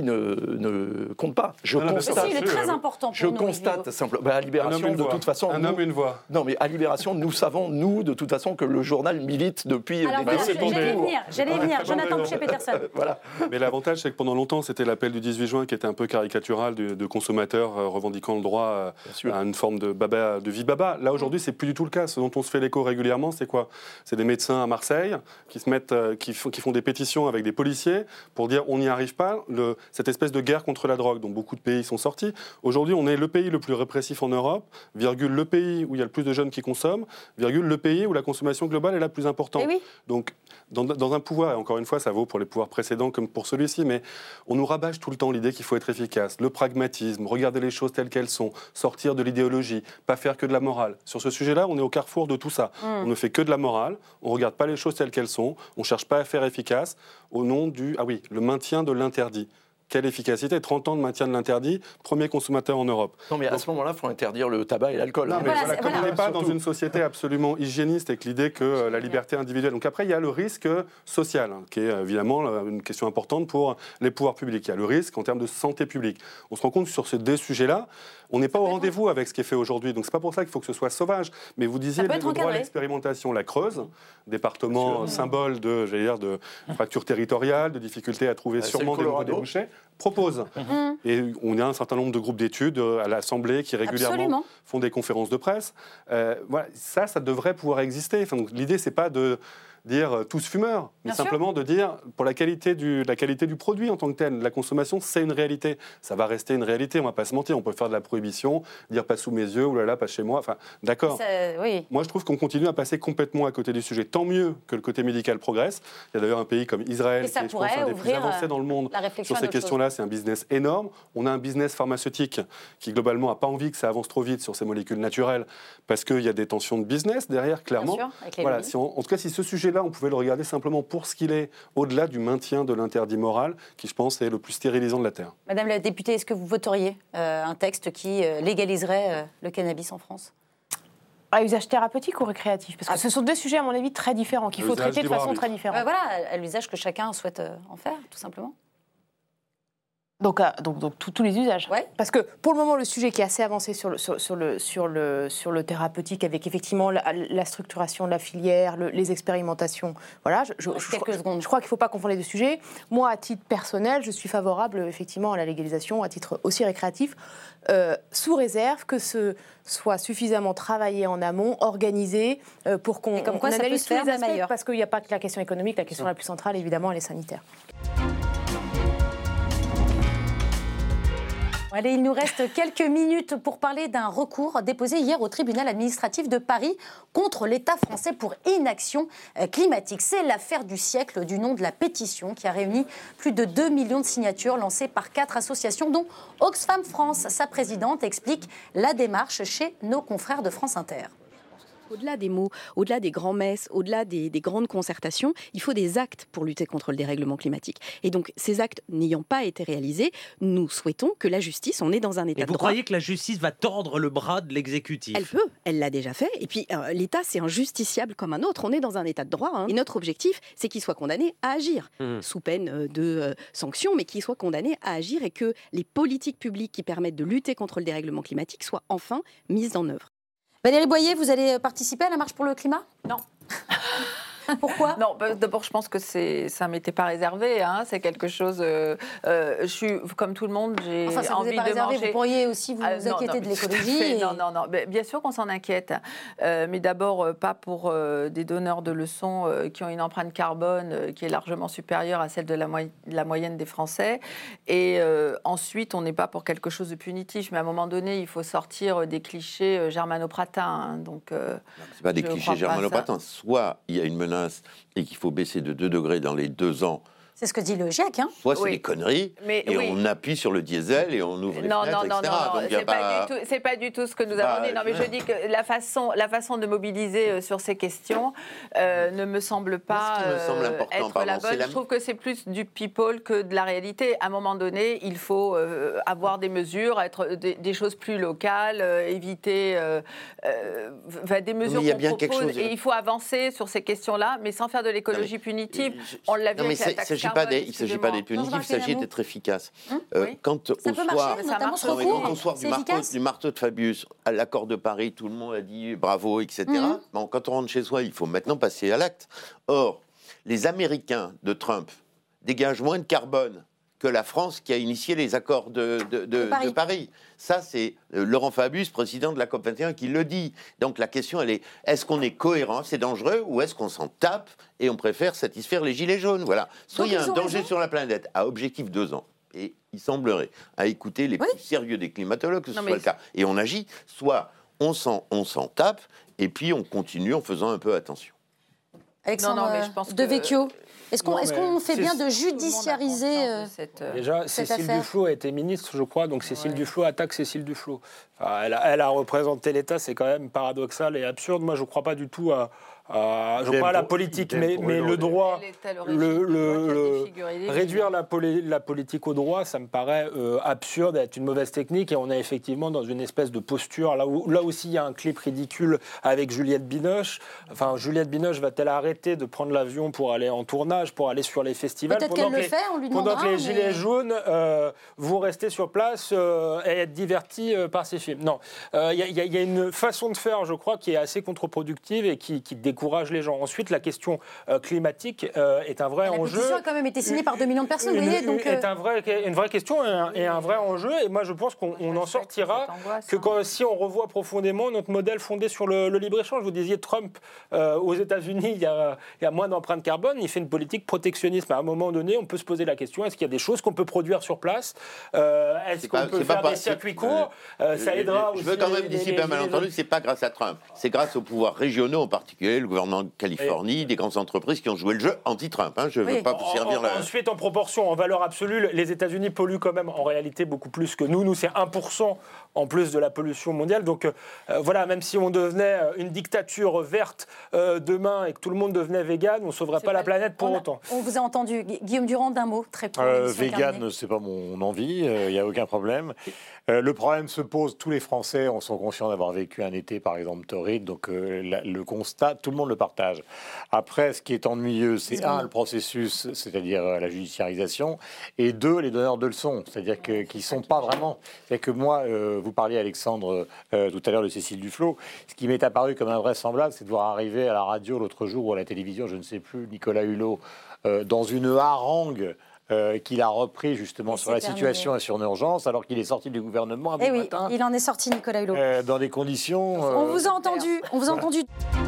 ne compte pas. Je constate. Il est très important pour je constate simplement. À Libération, de toute façon. Un homme, une voix. Non, mais à Libération, nous savons, de toute façon, que le journal milite depuis des décennies. J'allais y venir. Jonathan Boucher-Peterson. Voilà. Mais l'avantage, c'est que pendant longtemps, c'était l'appel du 18 juin qui était un peu caricatural de consommateurs revendiquant le droit à une forme de vie baba. Là, aujourd'hui, c'est plus du tout le cas. Ce dont on se fait l'écho régulièrement, c'est quoi? C'est des médecins à Marseille qui font des pétitions avec des policiers pour dire on n'y arrive pas, cette espèce de guerre contre la drogue dont beaucoup de pays sont sortis. Aujourd'hui, on est le pays le plus répressif en Europe, virgule, le pays où il y a le plus de jeunes qui consomment, virgule, le pays où la consommation globale est la plus importante. Donc, dans un pouvoir, et encore une fois, ça vaut pour les pouvoirs précédents comme pour celui-ci, mais on nous rabâche tout le temps l'idée qu'il faut être efficace, le pragmatisme, regarder les choses telles qu'elles sont, sortir de l'idéologie, pas faire que de la morale. Sur ce sujet-là, on est au carrefour de tout ça. On ne fait que de la morale, on ne regarde pas les choses telles qu'elles sont, on ne cherche pas à faire efficace au nom le maintien de l'interdit. Quelle efficacité? 30 ans de maintien de l'interdit, premier consommateur en Europe. Non, mais à ce moment-là, il faut interdire le tabac et l'alcool. Non, mais comme on n'est pas dans une société absolument hygiéniste avec l'idée que la liberté individuelle. Donc après, il y a le risque social, qui est évidemment une question importante pour les pouvoirs publics. Il y a le risque en termes de santé publique. On se rend compte que sur ces deux sujets-là, on n'est pas au rendez-vous avec ce qui est fait aujourd'hui. Donc c'est pas pour ça qu'il faut que ce soit sauvage. Mais vous disiez le droit à l'expérimentation, la Creuse, département symbole de fracture territoriale, de difficulté à trouver sûrement des nouveaux débouchés, propose. Et on a un certain nombre de groupes d'études à l'Assemblée qui régulièrement font des conférences de presse. Voilà, ça devrait pouvoir exister. Enfin, donc, l'idée, c'est pas de dire tous fumeurs, mais simplement de dire pour la qualité du produit en tant que tel. La consommation, c'est une réalité. Ça va rester une réalité, on ne va pas se mentir. On peut faire de la prohibition, dire pas sous mes yeux, oulala, pas chez moi. Enfin, d'accord. Moi, je trouve qu'on continue à passer complètement à côté du sujet. Tant mieux que le côté médical progresse. Il y a d'ailleurs un pays comme Israël qui est, je pense, un des plus avancés dans le monde sur ces questions-là. C'est un business énorme. On a un business pharmaceutique qui, globalement, n'a pas envie que ça avance trop vite sur ces molécules naturelles parce qu'il y a des tensions de business derrière, clairement. Bien sûr, voilà, en tout cas, si ce sujet-là, on pouvait le regarder simplement pour ce qu'il est, au-delà du maintien de l'interdit moral, qui, je pense, est le plus stérilisant de la Terre. Madame la députée, est-ce que vous voteriez un texte qui légaliserait le cannabis en France? À usage thérapeutique ou récréatif? Parce que ce sont deux sujets, à mon avis, très différents, qu'il faut traiter de façon très différente. Voilà, à l'usage que chacun souhaite en faire, tout simplement. Donc tous les usages. Parce que pour le moment, le sujet qui est assez avancé sur le thérapeutique, avec effectivement la structuration de la filière, les expérimentations. Voilà, je crois qu'il ne faut pas confondre les deux sujets. Moi, à titre personnel, je suis favorable effectivement à la légalisation, à titre aussi récréatif, sous réserve que ce soit suffisamment travaillé en amont, organisé, pour qu'on analyse tous les aspects, parce qu'il n'y a pas que la question économique, la question la plus centrale, évidemment, elle est sanitaire. Allez, il nous reste quelques minutes pour parler d'un recours déposé hier au tribunal administratif de Paris contre l'État français pour inaction climatique. C'est l'affaire du siècle du nom de la pétition qui a réuni plus de 2 millions de signatures lancées par 4 associations, dont Oxfam France. Sa présidente explique la démarche chez nos confrères de France Inter. Au-delà des mots, au-delà des grands-messes, au-delà des grandes concertations, il faut des actes pour lutter contre le dérèglement climatique. Et donc, ces actes n'ayant pas été réalisés, nous souhaitons que la justice, on est dans un état de droit. Et vous croyez que la justice va tordre le bras de l'exécutif? Elle peut, elle l'a déjà fait. Et puis, l'État, c'est un justiciable comme un autre. On est dans un état de droit. Et notre objectif, c'est qu'il soit condamné à agir, sous peine de sanctions, mais qu'il soit condamné à agir et que les politiques publiques qui permettent de lutter contre le dérèglement climatique soient enfin mises en œuvre. Valérie Boyer, vous allez participer à la marche pour le climat ? Non. Pourquoi ? Non, d'abord, je pense que ça ne m'était pas réservé. Hein. C'est quelque chose... je suis, comme tout le monde, j'ai ça envie vous est pas de réservé, manger... vous pourriez aussi vous inquiéter de l'écologie. Non. Bien sûr qu'on s'en inquiète. Mais d'abord, pas pour des donneurs de leçons qui ont une empreinte carbone qui est largement supérieure à celle de la moyenne des Français. Et ensuite, on n'est pas pour quelque chose de punitif. Mais à un moment donné, il faut sortir des clichés germanopratins. Hein. Donc, c'est pas des clichés germanopratins. Soit il y a une menace et qu'il faut baisser de 2 degrés dans les 2 ans. C'est ce que dit le GIEC. Hein. Soit c'est des conneries, on appuie sur le diesel et on ouvre les fenêtres, etc. Non, c'est pas du tout ce que nous avons dit. Non, mais je dis que la façon de mobiliser sur ces questions ne me semble pas être la bonne. Je trouve que c'est plus du people que de la réalité. À un moment donné, il faut avoir des mesures, des choses plus locales, éviter des mesures qu'on propose. Et il faut avancer sur ces questions-là, mais sans faire de l'écologie punitive. On l'a vu avec la taxe carbone. Il ne s'agit pas d'être punitif, il s'agit d'être efficace. Quand on sort du marteau de Fabius à l'accord de Paris, tout le monde a dit bravo, etc. Bon, quand on rentre chez soi, il faut maintenant passer à l'acte. Or, les Américains de Trump dégagent moins de carbone que la France qui a initié les accords de Paris. Ça, c'est Laurent Fabius, président de la COP21, qui le dit. Donc la question, elle est, est-ce qu'on est cohérent, c'est dangereux, ou est-ce qu'on s'en tape et on préfère satisfaire les gilets jaunes? Voilà. Soit il y a un danger sur la planète, à objectif 2 ans, et il semblerait, à écouter les plus sérieux des climatologues, que ce soit le cas, et on agit, soit on s'en tape, et puis on continue en faisant un peu attention. Alexandre Devecchio, est-ce qu'on fait bien de judiciariser Déjà, Cécile Duflot a été ministre, je crois, donc Cécile Duflot attaque Cécile Duflot. Enfin, elle a représenté l'État, c'est quand même paradoxal et absurde. Moi, je ne crois pas du tout je crois à la politique, mais le droit, réduire la politique au droit, ça me paraît absurde, être une mauvaise technique, et on est effectivement dans une espèce de posture, là aussi il y a un clip ridicule avec Juliette Binoche. Enfin, Juliette Binoche va-t-elle arrêter de prendre l'avion pour aller en tournage, pour aller sur les festivals, peut-être qu'elle le fait, on lui demandera, pendant que les gilets jaunes vont rester sur place et être divertis par ces films. Non, il y a une façon de faire, je crois, qui est assez contre-productive et qui décourage les gens. Ensuite, la question climatique est un vrai enjeu. La pétition a quand même été signée par 2 millions de personnes, vous voyez. Donc est une vraie question et un vrai enjeu. Et moi, je pense qu'on en sortira si on revoit profondément notre modèle fondé sur le libre-échange. Vous disiez Trump, aux États-Unis, il y a moins d'empreinte carbone. Il fait une politique protectionniste. À un moment donné, on peut se poser la question, est-ce qu'il y a des choses qu'on peut produire sur place? Est-ce qu'on peut faire des circuits courts? Ça aidera aussi. Je veux quand même dissiper un malentendu, c'est pas grâce à Trump. C'est grâce aux pouvoirs régionaux, en particulier le gouvernement de Californie, des grandes entreprises qui ont joué le jeu anti-Trump. Je ne veux pas vous servir là. Ensuite, en proportion, en valeur absolue, les États-Unis polluent quand même en réalité beaucoup plus que nous. Nous, c'est 1% en plus de la pollution mondiale. Donc voilà, même si on devenait une dictature verte demain et que tout le monde devenait vegan, on ne sauverait pas la planète pour autant. On vous a entendu. Guillaume Durand, d'un mot, très court. Vegan, c'est pas mon envie, il n'y a aucun problème. Le problème se pose, tous les Français sont conscients d'avoir vécu un été, par exemple, torride, donc le constat, tout le monde le partage. Après, ce qui est ennuyeux, c'est le processus, c'est-à-dire la judiciarisation, et 2, les donneurs de leçons, c'est-à-dire qu'ils ne sont pas vraiment... C'est-à-dire que moi, vous parliez, Alexandre, tout à l'heure de Cécile Duflot, ce qui m'est apparu comme invraisemblable, c'est de voir arriver à la radio l'autre jour ou à la télévision, je ne sais plus, Nicolas Hulot, dans une harangue qu'il a repris justement sur la situation et sur l'urgence, alors qu'il est sorti du gouvernement un bon matin. Il en est sorti, Nicolas Hulot. Dans des conditions... On vous a entendu.